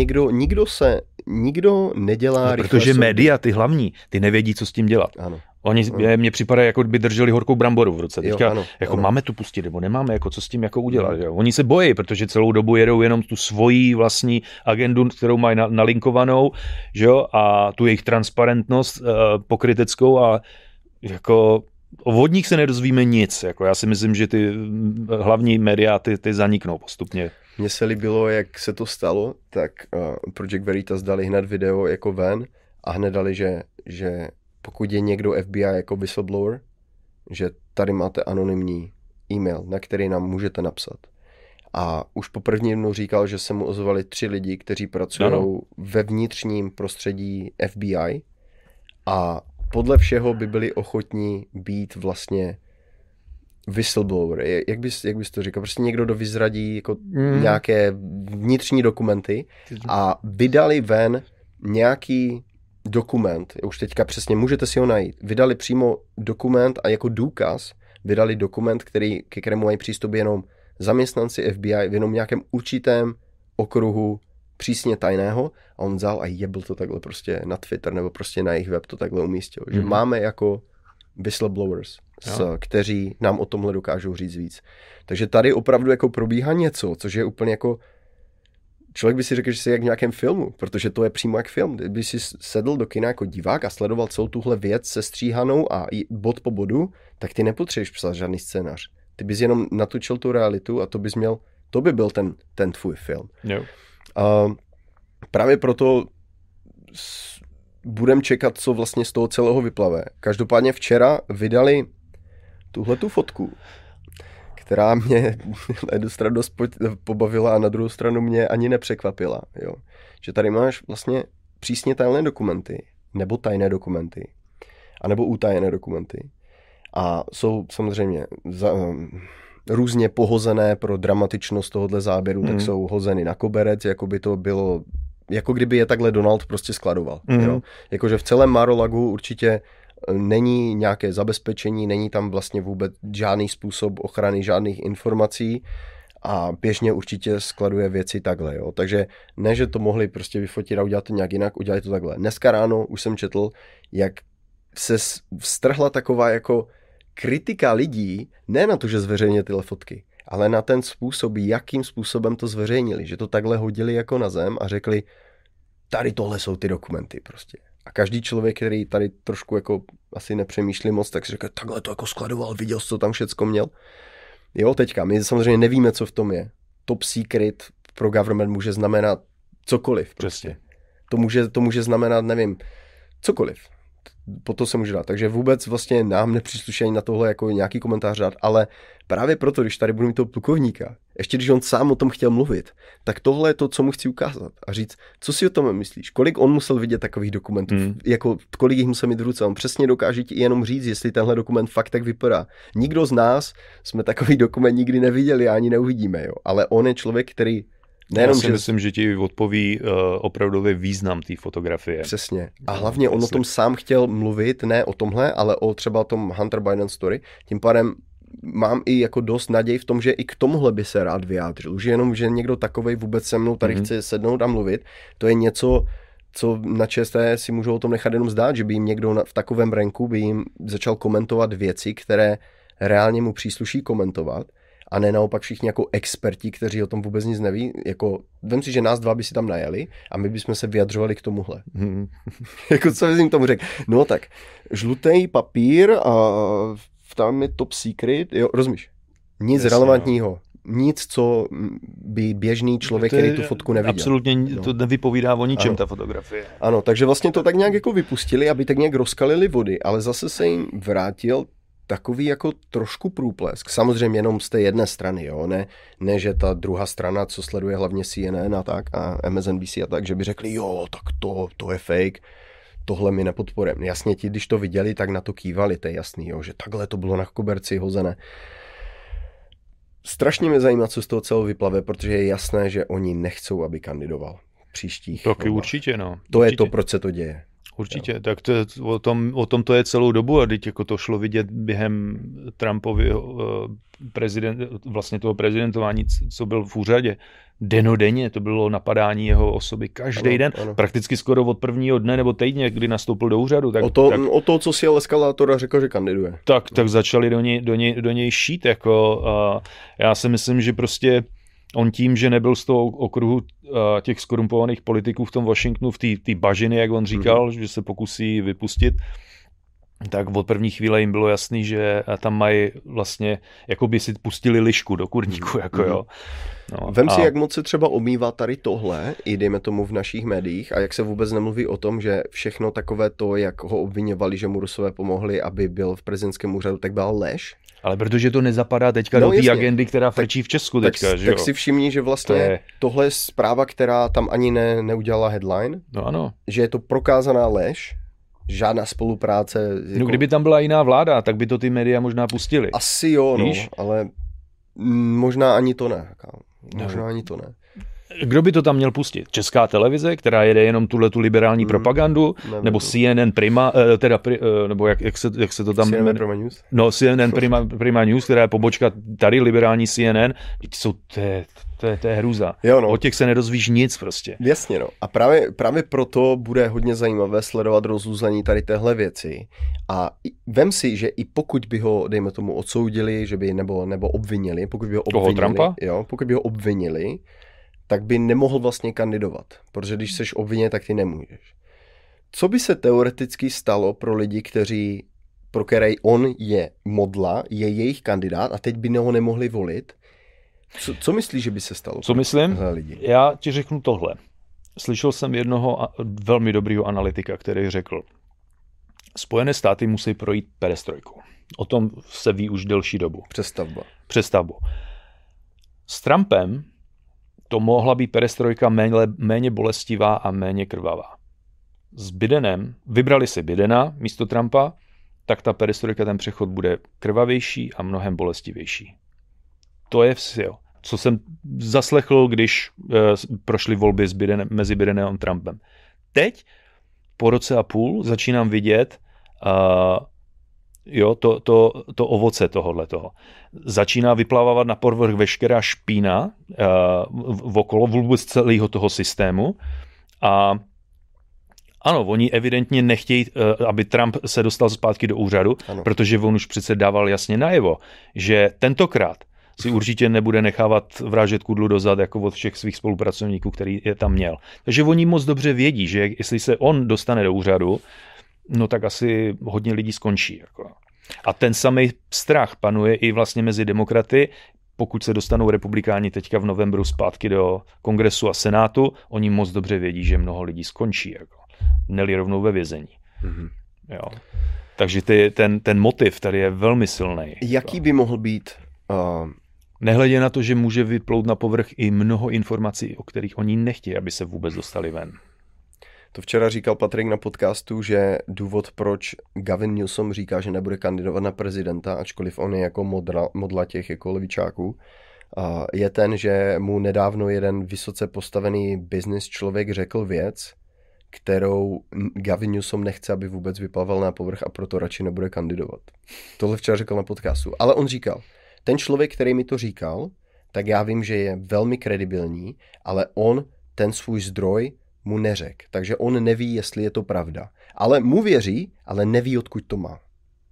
nikdo nedělá rychle. Protože média, ty hlavní, ty nevědí, co s tím dělat. Ano. Mně připadá, jako by drželi horkou bramboru v ruce. Teďka, ano. Máme tu pustit, nebo nemáme, jako co s tím jako udělat. Jo? Oni se bojí, protože celou dobu jedou jenom tu svoji vlastní agendu, kterou mají nalinkovanou, že jo? A tu jejich transparentnost pokryteckou a jako od nich se nedozvíme nic. Jako já si myslím, že ty hlavní média ty zaniknou postupně. Mně se líbilo, jak se to stalo, tak Project Veritas dali hned video jako ven a hned dali, že pokud je někdo FBI jako whistleblower, že tady máte anonymní e-mail, na který nám můžete napsat. A už po první dnu říkal, že se mu ozvali 3 lidi, kteří pracují ve vnitřním prostředí FBI a podle všeho by byli ochotní být vlastně whistleblower. Jak bys to říkal? Prostě někdo, kdo vyzradí jako nějaké vnitřní dokumenty a vydali ven nějaký dokument, už teďka přesně můžete si ho najít, vydali přímo dokument a jako důkaz vydali dokument, ke kterému mají přístup jenom zaměstnanci FBI v jenom nějakém určitém okruhu přísně tajného a on vzal a jebl to takhle prostě na Twitter nebo prostě na jejich web to takhle umístil. Že máme jako whistleblowers, kteří nám o tomhle dokážou říct víc. Takže tady opravdu jako probíhá něco, což je úplně jako člověk by si řekl, že jsi jak v nějakém filmu, protože to je přímo jak film. Kdyby si sedl do kina jako divák a sledoval celou tuhle věc sestříhanou a bod po bodu, tak ty nepotřebuješ psát žádný scénář. Ty bys jenom natočil tu realitu a to by byl ten tvůj film. Jo. Právě proto budem čekat, co vlastně z toho celého vyplave. Každopádně včera vydali tuhletu fotku, která mě na jednu stranu dost pobavila a na druhou stranu mě ani nepřekvapila. Jo. Že tady máš vlastně přísně tajné dokumenty, nebo tajné dokumenty, anebo utajené dokumenty. A jsou samozřejmě různě pohozené pro dramatičnost tohohle záběru, tak jsou hozeny na koberec, jako by to bylo jako kdyby je takhle Donald prostě skladoval. Jo? Jakože v celém Mar-a-Lagu určitě není nějaké zabezpečení, není tam vlastně vůbec žádný způsob ochrany žádných informací a běžně určitě skladuje věci takhle. Jo? Takže ne, že to mohli prostě vyfotit a udělat to nějak jinak, udělali to takhle. Dneska ráno už jsem četl, jak se vstrhla taková jako kritika lidí, ne na to, že zveřejnili tyhle fotky, ale na ten způsob, jakým způsobem to zveřejnili, že to takhle hodili jako na zem a řekli, tady tohle jsou ty dokumenty prostě. A každý člověk, který tady trošku jako asi nepřemýšlí moc, tak si říká, takhle to jako skladoval, viděl, co tam všecko měl. Jo, teďka, my samozřejmě nevíme, co v tom je. Top secret pro government může znamenat cokoliv. Prostě. To může znamenat, nevím, cokoliv. Po to se může dát. Takže vůbec vlastně nám nepřísluší ani na tohle jako nějaký komentář dát, ale právě proto, když tady budu mít toho plukovníka, ještě když on sám o tom chtěl mluvit, tak tohle je to, co mu chci ukázat a říct, co si o tom myslíš, kolik on musel vidět takových dokumentů, jako kolik jich musel mít v ruce, on přesně dokáže ti jenom říct, jestli tenhle dokument fakt tak vypadá. Nikdo z nás jsme takový dokument nikdy neviděli a ani neuvidíme, jo, ale on je člověk, který nejenom, já si myslím, že ti odpoví opravdový význam té fotografie. Přesně. A hlavně on o tom sám chtěl mluvit, ne o tomhle, ale o třeba tom Hunter Biden story. Tím pádem mám i jako dost naději v tom, že i k tomuhle by se rád vyjádřil. Už jenom, že někdo takovej vůbec se mnou tady chce sednout a mluvit, to je něco, co na ČT si můžou o tom nechat jenom zdát, že by jim někdo v takovém ranku by jim začal komentovat věci, které reálně mu přísluší komentovat. A ne naopak všichni jako experti, kteří o tom vůbec nic neví. Jako, vem si, že nás dva by si tam najeli a my bychom se vyjadřovali k tomuhle. Jako co bys jim tomu řekl? No tak, žlutý papír a tam je top secret, jo, rozumíš? Nic relevantního. Nic, co by běžný člověk, který tu fotku neviděl. Absolutně to nevypovídá o ničem, ta fotografie. Ano, takže vlastně to tak nějak jako vypustili, aby tak nějak rozkalili vody, ale zase se jim vrátil takový jako trošku průplesk. Samozřejmě jenom z té jedné strany, jo, ne že ta druhá strana, co sleduje hlavně CNN a tak a MSNBC a tak, že by řekli, jo, tak to je fake, tohle my nepodporujeme. Jasně ti, když to viděli, tak na to kývali, to je jasný, jo, že takhle to bylo na koberci hozené. Strašně mě zajímá, co z toho celého vyplave, protože je jasné, že oni nechcou, aby kandidoval příštích. Taky určitě, no. To je to, proč se to děje. Určitě, jo. Tak o tom to je celou dobu a teď jako to šlo vidět během Trumpového vlastně toho prezidentování, co byl v úřadě. Denodenně to bylo napadání jeho osoby každý den, prakticky skoro od prvního dne nebo týdně, kdy nastoupil do úřadu. Tak, o to, co si eskalátora řekl, že kandiduje. Tak začali do něj šít. Jako, já si myslím, že prostě on tím, že nebyl z toho okruhu těch skorumpovaných politiků v tom Washingtonu, v té bažiny, jak on říkal, že se pokusí vypustit, tak od první chvíle jim bylo jasný, že tam mají vlastně, jako by si pustili lišku do kurníku. Jako, jo. No, vem si, jak moc se třeba omývá tady tohle, i dejme tomu v našich médiích, a jak se vůbec nemluví o tom, že všechno takové to, jak ho obviňovali, že mu Rusové pomohli, aby byl v prezidentském úřadu, tak byla lež. Ale protože to nezapadá teďka do té agendy, která frčí v Česku teďka. Tak si všimni, že vlastně tohle je zpráva, která tam ani neudělala headline. No ano. Že je to prokázaná lež, žádná spolupráce. No kdyby tam byla jiná vláda, tak by to ty média možná pustili. Asi jo, no, ale možná ani to ne. Ani to ne. Kdo by to tam měl pustit? Česká televize, která jede jenom tu liberální propagandu, nebo CNN Prima, nebo jak se to tam... CNN Prima News? No, CNN Prima News, která je pobočka tady liberální CNN. To je hrůza. Jo, no. O těch se nedozvíš nic prostě. Jasně, no. A právě proto bude hodně zajímavé sledovat rozuzlení tady téhle věci. A vem si, že i pokud by ho, dejme tomu, odsoudili, že by nebo obvinili, pokud by ho obvinili, Trumpa? Jo, pokud by ho obvinili, tak by nemohl vlastně kandidovat, protože když seš obviněn, tak ty nemůžeš. Co by se teoreticky stalo pro lidi, pro které on je modla, je jejich kandidát a teď by ho nemohli volit? Co myslíš, že by se stalo? Co myslím? Já ti řeknu tohle. Slyšel jsem jednoho velmi dobrýho analytika, který řekl, Spojené státy musí projít perestrojku. O tom se ví už delší dobu. Přestavbu. S Trumpem to mohla být perestrojka méně bolestivá a méně krvavá. S Bidenem, vybrali si Bidena místo Trumpa, tak ta perestrojka, ten přechod bude krvavější a mnohem bolestivější. To je vše. co jsem zaslechl, když prošly volby mezi Bidenem a Trumpem. Teď, po roce a půl, začínám vidět to ovoce tohohletoho. Začíná vyplávat na povrch veškerá špína okolo vůbec celého toho systému a ano, oni evidentně nechtějí, aby Trump se dostal zpátky do úřadu, ano. Protože on už přece dával jasně najevo, že tentokrát si určitě nebude nechávat vrážet kudlu dozad jako od všech svých spolupracovníků, který je tam měl. Takže oni moc dobře vědí, že jestli se on dostane do úřadu, no tak asi hodně lidí skončí. Jako. A ten samý strach panuje i vlastně mezi demokraty, pokud se dostanou republikáni teďka v novembru zpátky do kongresu a senátu, oni moc dobře vědí, že mnoho lidí skončí. Jako. Neli rovnou ve vězení. Mm-hmm. Jo. Takže ten motiv tady je velmi silný. Jaký by mohl být? Nehledě na to, že může vyplout na povrch i mnoho informací, o kterých oni nechtějí, aby se vůbec dostali ven. To včera říkal Patrik na podcastu, že důvod, proč Gavin Newsom říká, že nebude kandidovat na prezidenta, ačkoliv on je jako modla těch jako levičáků, je ten, že mu nedávno jeden vysoce postavený business člověk řekl věc, kterou Gavin Newsom nechce, aby vůbec vyplaval na povrch a proto radši nebude kandidovat. Tohle včera řekl na podcastu. Ale on říkal, ten člověk, který mi to říkal, tak já vím, že je velmi kredibilní, ale on ten svůj zdroj mu neřekl. Takže on neví, jestli je to pravda. Ale mu věří, ale neví, odkud to má.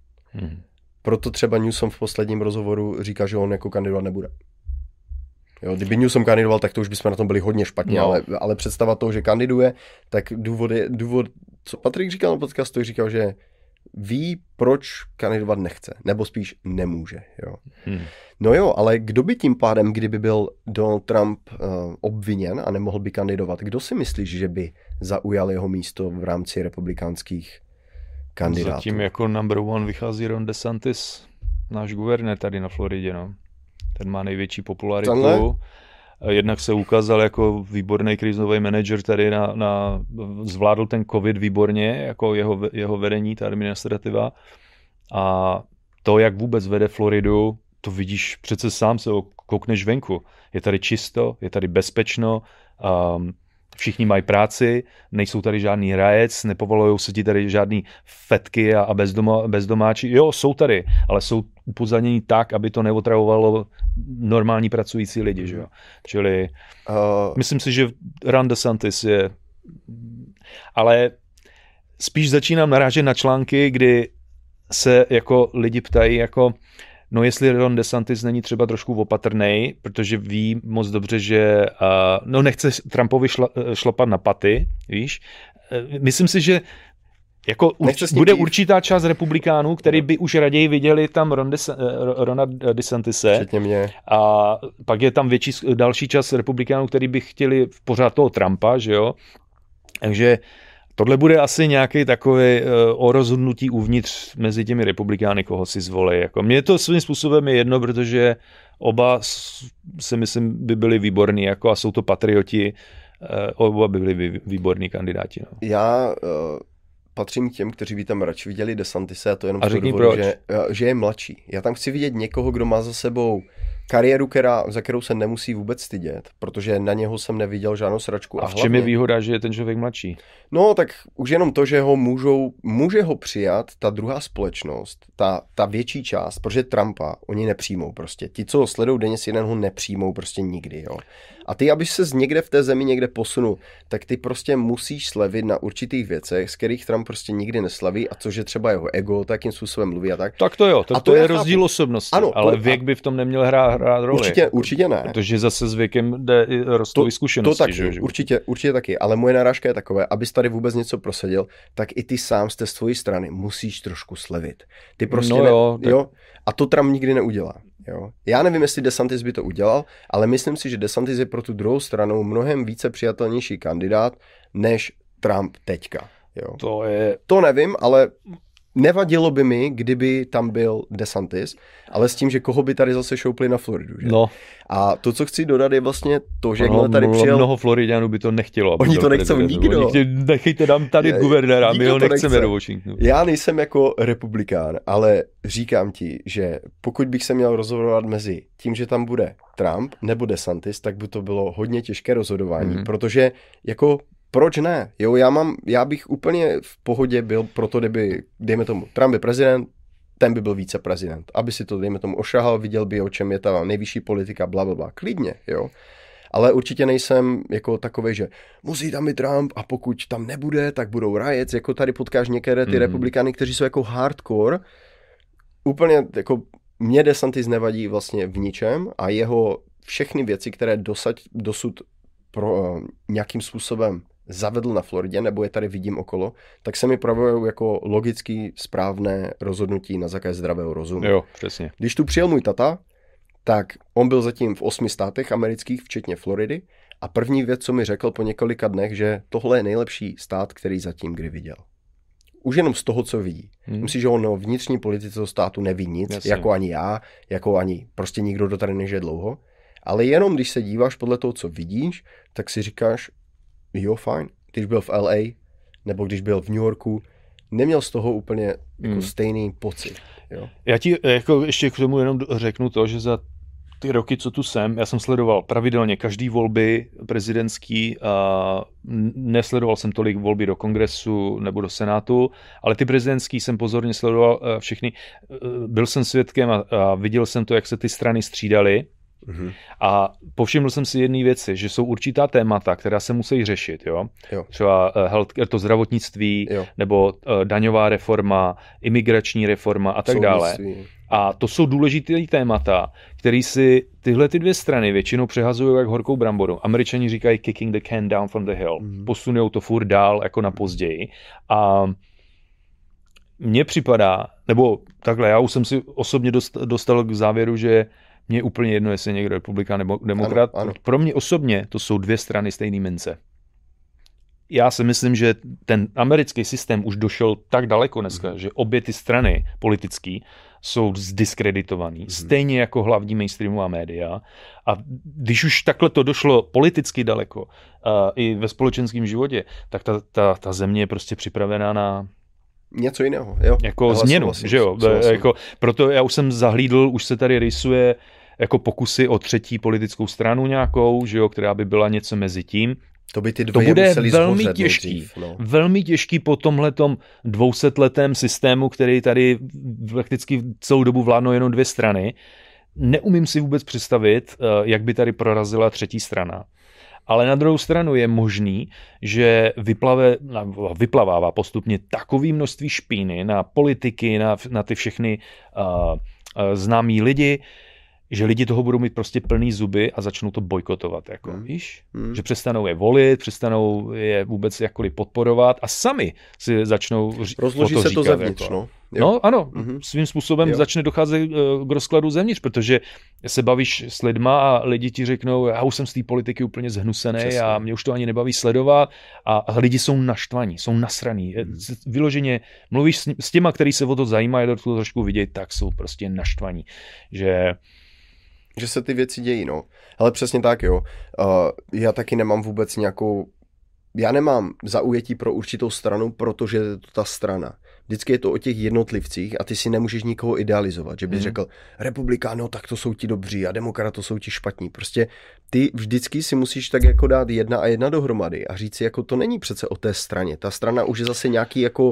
Proto třeba Newsom v posledním rozhovoru říká, že on jako kandidovat nebude. Jo, kdyby Newsom kandidoval, tak to už bychom na tom byli hodně špatně, no. ale představa toho, že kandiduje, tak důvod, co Patrik říkal na podcastu, říkal, že ví, proč kandidovat nechce, nebo spíš nemůže. Jo. No jo, ale kdo by tím pádem, kdyby byl Donald Trump obviněn a nemohl by kandidovat, kdo si myslíš, že by zaujal jeho místo v rámci republikánských kandidátů? Zatím jako number one vychází Ron DeSantis, náš guvernér tady na Floridě, no. Ten má největší popularitu. Tenhle? Jednak se ukázal jako výborný krizový manažer tady zvládl ten covid výborně, jako jeho vedení, ta administrativa. A to, jak vůbec vede Floridu, to vidíš přece sám, se koukneš venku. Je tady čisto, je tady bezpečno, všichni mají práci, nejsou tady žádný rajec, nepovolují se ti tady žádný fetky a bezdomáči. Jo, jsou tady, ale jsou upozadění tak, aby to neotravovalo normální pracující lidi. Že jo? Čili myslím si, že Ron DeSantis je... Ale spíš začínám narážet na články, kdy se jako lidi ptají, jako no jestli Ron DeSantis není třeba trošku opatrnej, protože ví moc dobře, že nechce Trumpovi šlapat na paty, víš. Myslím si, že jako bude určitá část republikánů, který by už raději viděli tam Rona DeSantise. Včetně mě. A pak je tam další část republikánů, který by chtěli pořád toho Trumpa, že jo. Takže tohle bude asi nějaký takový o rozhodnutí uvnitř mezi těmi republikány, koho si zvolí. Jako mně to svým způsobem je jedno, protože oba si myslím by byli výborní jako a jsou to patrioti, oba by byli výborní kandidáti. No. Já patřím k těm, kteří by tam radši viděli DeSantise a to jenom z toho důvodu, že je mladší. Já tam chci vidět někoho, kdo má za sebou kariéru, za kterou se nemusí vůbec stydět, protože na něho jsem neviděl žádnou sračku. A v čem je výhoda, že je ten člověk mladší? No, tak už jenom to, že ho může ho přijat ta druhá společnost, ta větší část, protože Trumpa oni nepřijmou prostě. Ti, co ho sledují denně si jeden, ho nepřijmou prostě nikdy, jo. A ty, abyš se někde v té zemi někde posunul, tak ty prostě musíš slevit na určitých věcech, z kterých Trump prostě nikdy neslaví, a což je třeba jeho ego, takým způsobem mluví a tak. Tak to jo, to je rozdíl osobnosti, ano, ale věk by v tom neměl hrát roli. Určitě ne. Protože zase s věkem rostou i zkušenosti. To taky, určitě taky, ale moje narážka je takové, abys tady vůbec něco prosadil, tak i ty sám z té svojí strany musíš trošku slevit. Ty prostě jo, a to Trump nikdy neudělá. Jo. Já nevím, jestli DeSantis by to udělal, ale myslím si, že DeSantis je pro tu druhou stranu mnohem více přijatelnější kandidát než Trump teďka. Jo. To nevím, ale nevadilo by mi, kdyby tam byl DeSantis, ale s tím, že koho by tady zase šoupli na Floridu, že? No. A to, co chci dodat, je vlastně to, že jakmile tady přijel... Mnoho Floridianů by to nechtělo. Oni to nechcou nikdo. Nechejte nám tady guvernéra, my ho nechceme do Washingtonu. Já nejsem jako republikán, ale říkám ti, že pokud bych se měl rozhodovat mezi tím, že tam bude Trump nebo DeSantis, tak by to bylo hodně těžké rozhodování, protože jako proč ne? Jo, já bych úplně v pohodě byl proto, kdyby, dejme tomu, Trump je prezident, ten by byl viceprezident, aby si to, dejme tomu, ošahal, viděl by, o čem je ta nejvyšší politika, blablabla, klidně, jo. Ale určitě nejsem jako takovej, že musí tam být Trump a pokud tam nebude, tak budou riots, jako tady potkáš některé ty republikány, kteří jsou jako hardcore, úplně jako mě DeSantis nevadí vlastně v ničem a jeho všechny věci, které dosud nějakým způsobem zavedl na Floridě, nebo je tady vidím okolo, tak se mi projevují jako logicky správné rozhodnutí na základě zdravého rozumu. Jo, přesně. Když tu přijel můj tata, tak on byl zatím v 8 státech amerických, včetně Floridy, a první věc, co mi řekl po několika dnech, že tohle je nejlepší stát, který zatím kdy viděl. Už jenom z toho, co vidí. Myslím, že on o vnitřní politice státu neví nic, jasně. jako ani já, jako ani prostě nikdo, kdo tady nežije dlouho. Ale jenom když se díváš podle toho, co vidíš, tak si říkáš, jo, fajn. Když byl v LA, nebo když byl v New Yorku, neměl z toho úplně jako stejný pocit. Jo? Já ti jako ještě k tomu jenom řeknu to, že za ty roky, co tu jsem, já jsem sledoval pravidelně každý volby prezidentský a nesledoval jsem tolik volby do kongresu nebo do senátu, ale ty prezidentský jsem pozorně sledoval všechny. Byl jsem svědkem a viděl jsem to, jak se ty strany střídaly. A povšiml jsem si jedné věci, že jsou určitá témata, která se musí řešit. Jo? Třeba to zdravotnictví, nebo daňová reforma, imigrační reforma a tak dále. A to jsou důležité témata, které si tyhle ty dvě strany většinou přehazují jak horkou bramboru. Američani říkají kicking the can down from the hill. Posunujou to furt dál jako na později. A mně připadá, nebo takhle, já už jsem si osobně dostal k závěru, že mně je úplně jedno, jestli je někdo republikán nebo demokrat. Ano. Pro mě osobně to jsou dvě strany stejné mince. Já si myslím, že ten americký systém už došel tak daleko dneska, že obě ty strany politické jsou zdiskreditovaný, stejně jako hlavní mainstreamová média. A když už takhle to došlo politicky daleko i ve společenském životě, tak ta země je prostě připravená na něco jiného, jo. Jako změnu, že jo. Jako, proto já už jsem zahlídl, už se tady rysuje jako pokusy o třetí politickou stranu nějakou, že jo, která by byla něco mezi tím. To by ty to bude velmi těžký. Nejdřív, no. Velmi těžký po tomhletom 200letém systému, který tady prakticky celou dobu vládnou jenom dvě strany. Neumím si vůbec představit, jak by tady prorazila třetí strana. Ale na druhou stranu je možný, že vyplavává postupně takové množství špíny na politiky, na ty všechny známí lidi, že lidi toho budou mít prostě plný zuby a začnou to bojkotovat. Jako, víš? Že přestanou je volit, přestanou je vůbec jakkoliv podporovat a sami si začnou rozloží se to zevnitř, jako. no. No ano, svým způsobem začne docházet k rozkladu zevnitř, protože se bavíš s lidma a lidi ti řeknou, já už jsem z té politiky úplně zhnusený a mě už to ani nebaví sledovat a lidi jsou naštvaní, jsou nasraný. Vyloženě mluvíš s těma, který se o to zajímají, do toho trošku vidějí, tak jsou prostě naštvaní. Že se ty věci dějí, no. Ale přesně tak, jo. Já taky nemám vůbec nějakou... Já nemám zaujetí pro určitou stranu, protože je to ta strana. Vždycky je to o těch jednotlivcích a ty si nemůžeš nikoho idealizovat, že bys řekl, republikán, no tak to jsou ti dobří a demokrat, to jsou ti špatní. Prostě ty vždycky si musíš tak jako dát 1 a 1 dohromady a říct si, jako to není přece o té straně. Ta strana už je zase nějaký jako...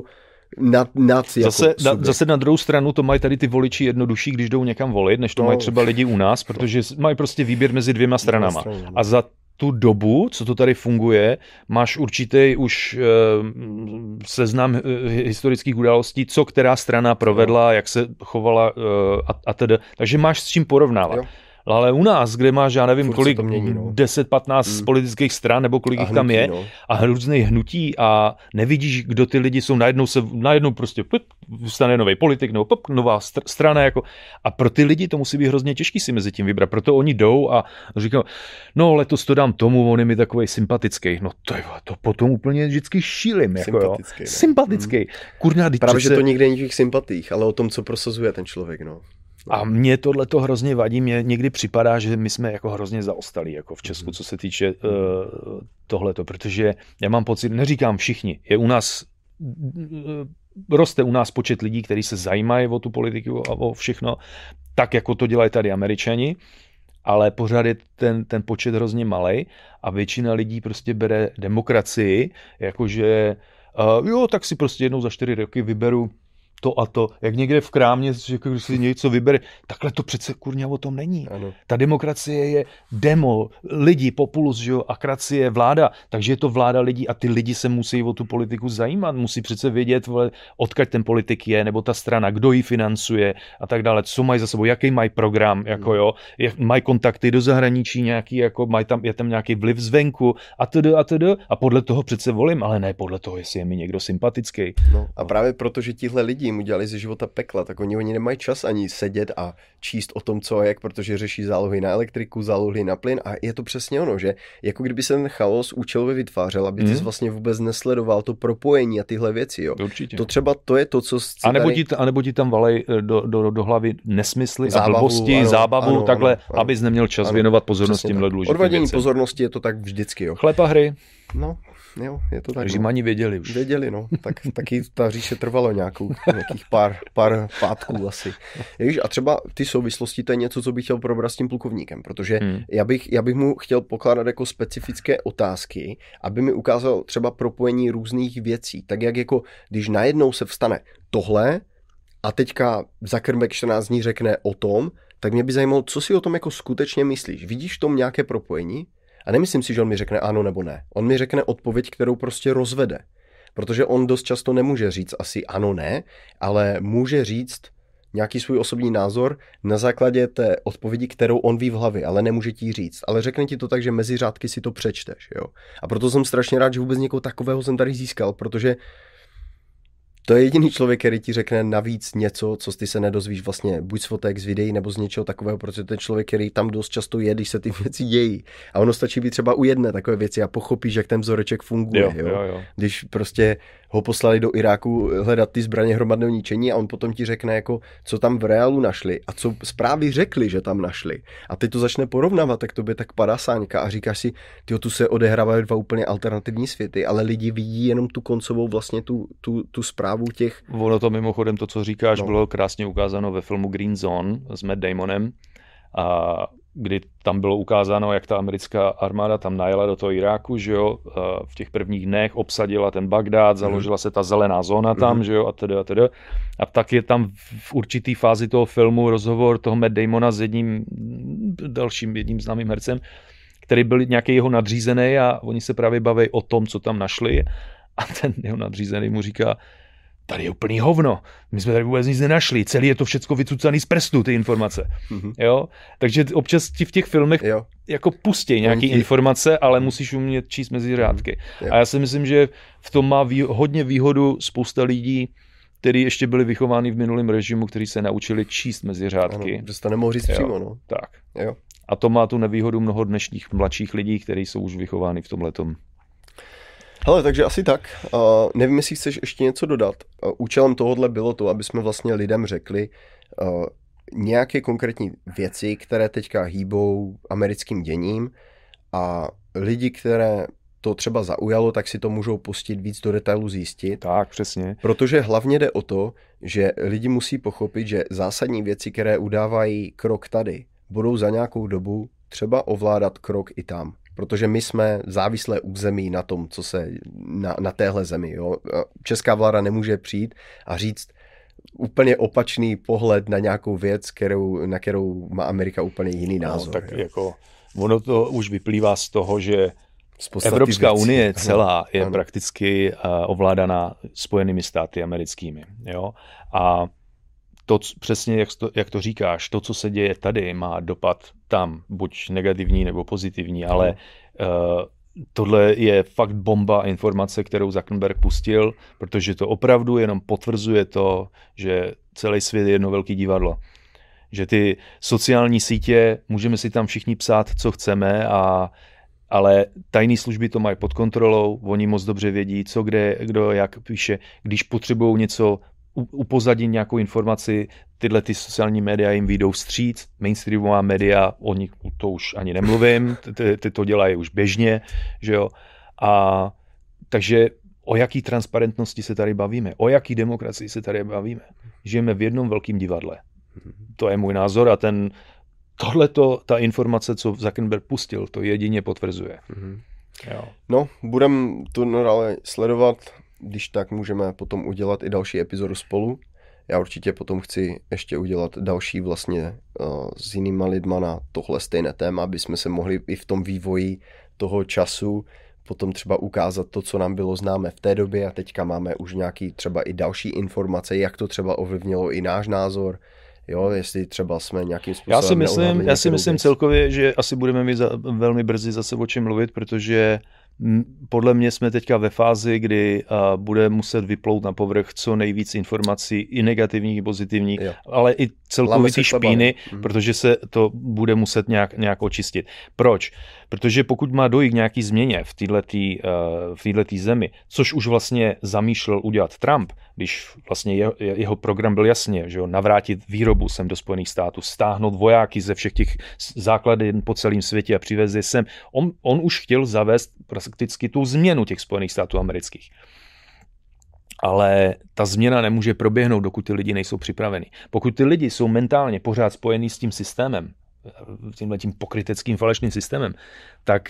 Zase na druhou stranu to mají tady ty voliči jednodušší, když jdou někam volit, než to mají třeba lidi u nás, protože mají prostě výběr mezi dvěma stranama. A za tu dobu, co to tady funguje, máš určitý už seznam historických událostí, co která strana provedla, jak se chovala a tedy. Takže máš s čím porovnávat. Ale u nás, kde máš, já nevím, Furt kolik, se to mění, no. 10-15 politických stran, nebo kolik jich tam je, a různých hnutí a nevidíš, kdo ty lidi jsou, najednou prostě vstane nový politik, nebo nová strana, jako, a pro ty lidi to musí být hrozně těžký si mezi tím vybrat, proto oni jdou a říkají, no letos to dám tomu, on je mi takovej sympatický, no to potom úplně vždycky šílim, jako sympatický. Kurňa, právě, že to nikdy není v těch sympatích, ale o tom, co prosazuje ten člověk, no. A mně tohleto hrozně vadí, mně někdy připadá, že my jsme jako hrozně zaostalí jako v Česku, co se týče tohleto, protože já mám pocit, neříkám všichni, je u nás, roste u nás počet lidí, kteří se zajímají o tu politiku a o všechno, tak jako to dělají tady Američani, ale pořád je ten počet hrozně malej a většina lidí prostě bere demokracii, jakože jo, tak si prostě jednou za 4 roky vyberu to a to, jak někde v krámě, když si něco vybere, takhle to přece kurňa o tom není. Ano. Ta demokracie je demo, lidi, populus, že jo, akracie, vláda, takže je to vláda lidí a ty lidi se musí o tu politiku zajímat, musí přece vědět, odkud ten politik je, nebo ta strana, kdo ji financuje a tak dále, co mají za sebou, jaký mají program, jako jo, mají kontakty do zahraničí nějaký, jako je tam nějaký vliv zvenku a podle toho přece volím, ale ne podle toho, jestli je mi někdo sympatický. No, a právě proto, že tihle lidi mu dělali ze života pekla, tak oni nemají čas ani sedět a číst o tom, co a jak, protože řeší zálohy na elektriku, zálohy na plyn a je to přesně ono, že jako kdyby se ten chaos účelově vytvářel, aby ty vlastně vůbec nesledoval to propojení a tyhle věci, jo. Určitě. To třeba to je to, co a nebo ti tam valej do hlavy nesmysly a blbosti, zábavu, takhle, abys neměl čas věnovat pozornost těmhle důležitým odvadění věcem. pozornosti je to tak vždycky, jo. Chleb a hry. No, jo, je to tak. Římani věděli už. Věděli, no. Tak taky ta říše trvalo nějakých pár pátků asi. Ježiš, a třeba ty souvislosti, to je něco, co bych chtěl probrat s tím plukovníkem, protože já bych mu chtěl pokládat jako specifické otázky, aby mi ukázal třeba propojení různých věcí. Tak jak jako, když najednou se vstane tohle a teďka Zuckerberg 14 dní řekne o tom, tak mě by zajímalo, co si o tom jako skutečně myslíš. Vidíš v tom nějaké propojení? A nemyslím si, že on mi řekne ano nebo ne. On mi řekne odpověď, kterou prostě rozvede. Protože on dost často nemůže říct asi ano, ne, ale může říct nějaký svůj osobní názor na základě té odpovědi, kterou on ví v hlavě, ale nemůže ti říct. Ale řekne ti to tak, že mezi řádky si to přečteš. Jo? A proto jsem strašně rád, že vůbec někoho takového jsem tady získal, protože to je jediný člověk, který ti řekne navíc něco, co ty se nedozvíš vlastně buď z fotek, z videí nebo z něčeho takového, protože ten člověk, který tam dost často je, když se ty věci dějí. A ono stačí být třeba u jedné takové věci a pochopíš, jak ten vzoreček funguje. Jo. Když prostě ho poslali do Iráku hledat ty zbraně hromadného ničení a on potom ti řekne, jako, co tam v reálu našli a co zprávy řekli, že tam našli. A ty to začne porovnávat, tak to by tak padá sáňka a říkáš si, tyjo, tu se odehrávají dva úplně alternativní světy, ale lidi vidí jenom tu koncovou vlastně tu zprávu těch. Ono to mimochodem, to, co říkáš, bylo krásně ukázáno ve filmu Green Zone s Matt Damonem, a kdy tam bylo ukázáno, jak ta americká armáda tam najela do toho Iráku, že jo, v těch prvních dnech obsadila ten Bagdád, založila se ta zelená zóna tam, že jo, a teda. A tak je tam v určitý fázi toho filmu rozhovor toho Matt Damona s jedním známým hercem, který byl nějaký jeho nadřízený a oni se právě baví o tom, co tam našli a ten jeho nadřízený mu říká, tady je úplný hovno, my jsme tady vůbec nic nenašli, celý je to všecko vycucaný z prstu, ty informace. Jo? Takže občas ti v těch filmech jako pustí nějaký informace, ale musíš umět číst mezi řádky. A já si myslím, že v tom má hodně výhodu spousta lidí, kteří ještě byli vychováni v minulém režimu, kteří se naučili číst mezi řádky. Ano, že to nemohou říct přímo, no. Tak. Jo. A to má tu nevýhodu mnoho dnešních mladších lidí, kteří jsou už vychováni v tomhletom. Hele, takže asi tak. Nevím, jestli chceš ještě něco dodat. Účelem tohohle bylo to, aby jsme vlastně lidem řekli nějaké konkrétní věci, které teďka hýbou americkým děním a lidi, které to třeba zaujalo, tak si to můžou pustit víc do detailu zjistit. Tak, přesně. Protože hlavně jde o to, že lidi musí pochopit, že zásadní věci, které udávají krok tady, budou za nějakou dobu třeba ovládat krok i tam. Protože my jsme závislé území na tom, co se na téhle zemi. Jo? Česká vláda nemůže přijít a říct úplně opačný pohled na nějakou věc, na kterou má Amerika úplně jiný názor. Tak jako, ono to už vyplývá z toho, že Evropská unie celá je prakticky ovládaná Spojenými státy americkými. Jo? A přesně jak to říkáš, to, co se děje tady, má dopad tam, buď negativní nebo pozitivní, ale tohle je fakt bomba informace, kterou Zuckerberg pustil, protože to opravdu jenom potvrzuje to, že celý svět je jedno velké divadlo. Že ty sociální sítě, můžeme si tam všichni psát, co chceme, ale tajné služby to mají pod kontrolou, oni moc dobře vědí, co kdo jak píše. Když potřebují něco upozadit, nějakou informaci, tyhle ty sociální média jim vyjdou vstříc, mainstreamová média, o nich to už ani nemluvím, ty to dělají už běžně, že jo. A takže o jaký transparentnosti se tady bavíme, o jaký demokracii se tady bavíme. Žijeme v jednom velkým divadle. To je můj názor a ta informace, co Zuckerberg pustil, to jedině potvrzuje. Jo. No, budeme to nadále sledovat, když tak můžeme potom udělat i další epizodu spolu. Já určitě potom chci ještě udělat další vlastně s jinýma lidma na tohle stejné téma, aby jsme se mohli i v tom vývoji toho času potom třeba ukázat to, co nám bylo známe v té době a teďka máme už nějaký třeba i další informace, jak to třeba ovlivnilo i náš názor. Jo, jestli třeba jsme nějakým způsobem Já si myslím celkově, že asi budeme mít velmi brzy zase o čem mluvit, protože podle mě jsme teďka ve fázi, kdy bude muset vyplout na povrch co nejvíc informací, i negativních, i pozitivních, ale i celkově ty špíny, protože se to bude muset nějak očistit. Proč? Protože pokud má dojít k nějaký změně v této zemi, což už vlastně zamýšlel udělat Trump, když vlastně jeho program byl jasně, že jo, navrátit výrobu sem do Spojených států, stáhnout vojáky ze všech těch základen po celém světě a přivést je sem. On už chtěl zavést prakticky tu změnu těch Spojených států amerických. Ale ta změna nemůže proběhnout, dokud ty lidi nejsou připraveni. Pokud ty lidi jsou mentálně pořád spojení s tím systémem, tím pokryteckým falešným systémem, tak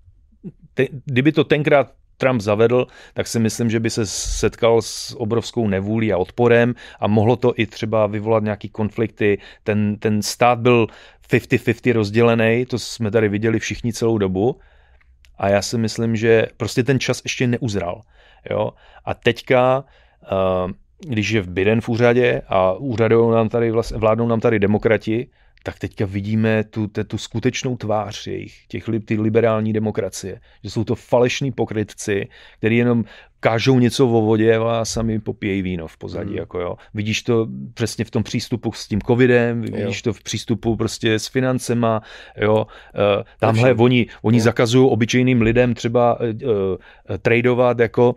kdyby to tenkrát Trump zavedl, tak si myslím, že by se setkal s obrovskou nevůlí a odporem a mohlo to i třeba vyvolat nějaký konflikty. Ten stát byl 50-50 rozdělený, to jsme tady viděli všichni celou dobu a já si myslím, že prostě ten čas ještě neuzral. Jo? A teďka, když je Biden v úřadě a vládnou nám tady demokrati, tak teďka vidíme tu skutečnou tvář jejich, ty liberální demokracie. Že jsou to falešní pokrytci, kteří jenom kážou něco o vodě a sami popíjejí víno v pozadí. Jako jo. Vidíš to přesně v tom přístupu s tím covidem, vidíš to v přístupu prostě s financema. Jo. Tamhle oni zakazují obyčejným lidem třeba tradovat jako...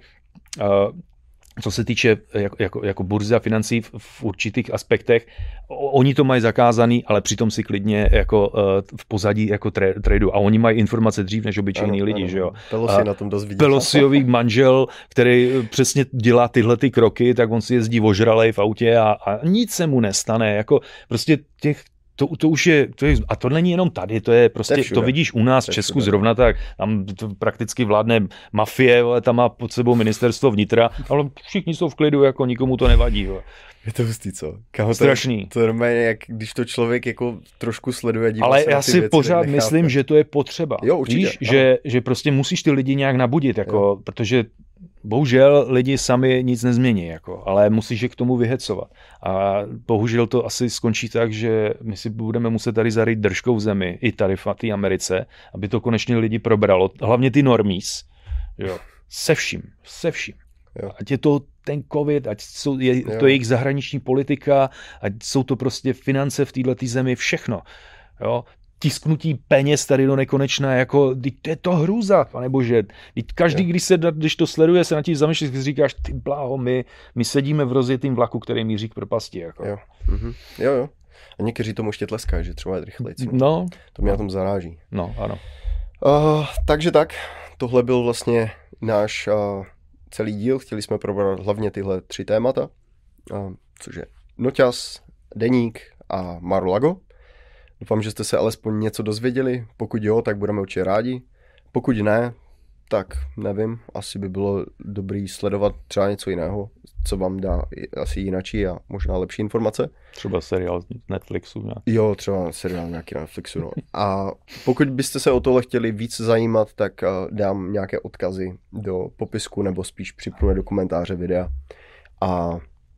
co se týče jako burzy a financí v určitých aspektech, oni to mají zakázaný, ale přitom si klidně jako v pozadí jako tradu. A oni mají informace dřív než obyčejní lidi, že jo. Pelosi na tom dost viděl. Pelosiový manžel, který přesně dělá tyhle ty kroky, tak on si jezdí ožralej v autě a nic se mu nestane. Jako prostě to už je, a to není jenom tady, to je prostě, to vidíš u nás v Česku zrovna tak, tam prakticky vládne mafie, ale tam má pod sebou ministerstvo vnitra, ale všichni jsou v klidu, jako nikomu to nevadí. Je to hustý, co? Strašný. To je normálně, jak když to člověk jako trošku sleduje, dívá ale se já si věci, pořád myslím, že to je potřeba. Jo, určitě. Víš, že prostě musíš ty lidi nějak nabudit, jako, protože bohužel lidi sami nic nezmění, jako, ale musíš je k tomu vyhecovat. A bohužel to asi skončí tak, že my si budeme muset tady zarýt držkou v zemi, i tady v té Americe, aby to konečně lidi probralo. Hlavně ty normies. Jo. Se vším. Jo. Ať je to ten covid, ať je to jejich zahraniční politika, ať jsou to prostě finance v této zemi, všechno. Jo. Tisknutí peněz tady do nekonečna, jako, je to hrůza, panebože. Každý, když to sleduje, se na tím zamýšlíš, říkáš, ty bláho, my sedíme v rozjetým vlaku, který míří k propasti. Jako. Jo. Jo. A někteří tomu ještě tleskají, že třeba je rychlejc. No. To mě na tom zaráží. No, ano. Takže tak, tohle byl vlastně náš celý díl. Chtěli jsme probrat hlavně tyhle 3 témata, což je Noťaz, Deník a Mar-a-Lago. Doufám, že jste se alespoň něco dozvěděli. Pokud jo, tak budeme určitě rádi. Pokud ne, tak nevím, asi by bylo dobrý sledovat třeba něco jiného, co vám dá asi jinačí a možná lepší informace. Třeba seriál Netflixu. Ne? Jo, třeba seriál nějaký na Netflixu. No. A pokud byste se o tohle chtěli víc zajímat, tak dám nějaké odkazy do popisku nebo spíš připnu do komentáře videa. A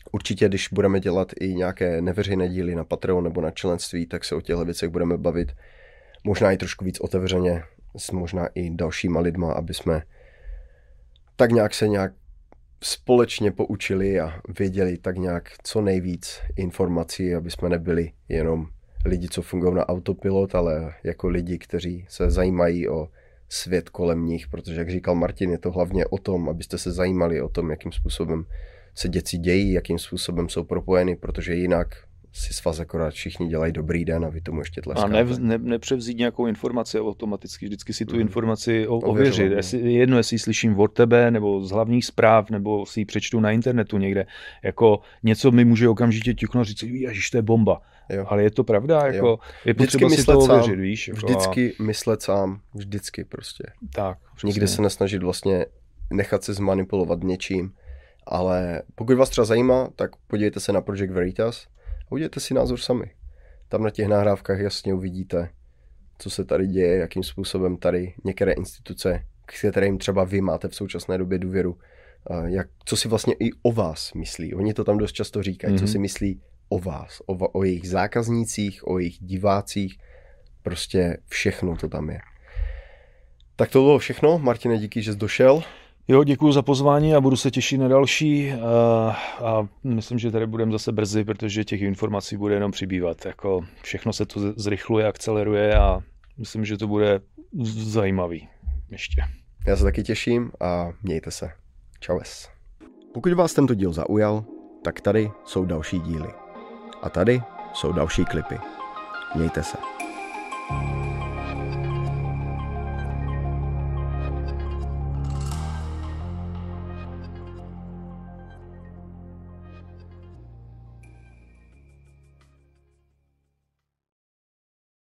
určitě, když budeme dělat i nějaké neveřejné díly na Patreon nebo na členství, tak se o těchto věcech budeme bavit možná i trošku víc otevřeně, s možná i dalšíma lidma, aby jsme tak nějak se nějak společně poučili a věděli tak nějak co nejvíc informací, aby jsme nebyli jenom lidi, co fungují na autopilot, ale jako lidi, kteří se zajímají o svět kolem nich, protože, jak říkal Martin, je to hlavně o tom, abyste se zajímali o tom, jakým způsobem se věci dějí, jakým způsobem jsou propojeny, protože jinak si s vás akorát všichni dělají dobrý den a vy tomu ještě tleskáte. A nepřevzít nějakou informaci automaticky, vždycky si tu informaci ověřit. Jedno, jestli slyším od tebe, nebo z hlavních zpráv, nebo si ji přečtu na internetu někde. Jako něco mi může okamžitě tichnout říct, ježiš, to je bomba. Jo. Ale je to pravda, jako je potřeba si to ověřit, sám, víš? Jako vždycky myslet sám, vždycky prostě. Tak, nikdy se nesnažit vlastně nechat se zmanipulovat něčím, ale pokud vás třeba zajímá, tak podívejte se na Project Veritas a udělejte si názor sami. Tam na těch nahrávkách jasně uvidíte, co se tady děje, jakým způsobem tady některé instituce, kterým třeba vy máte v současné době důvěru, co si vlastně i o vás myslí. Oni to tam dost často říkají, co si myslí o vás, o jejich zákaznících, o jejich divácích, prostě všechno to tam je. Tak to bylo všechno. Martine, díky, že jsi došel. Jo, děkuji za pozvání a budu se těšit na další a myslím, že tady budeme zase brzy, protože těch informací bude jenom přibývat. Jako všechno se to zrychluje, akceleruje a myslím, že to bude zajímavý ještě. Já se taky těším a mějte se. Čaues. Pokud vás tento díl zaujal, tak tady jsou další díly. A tady jsou další klipy. Mějte se.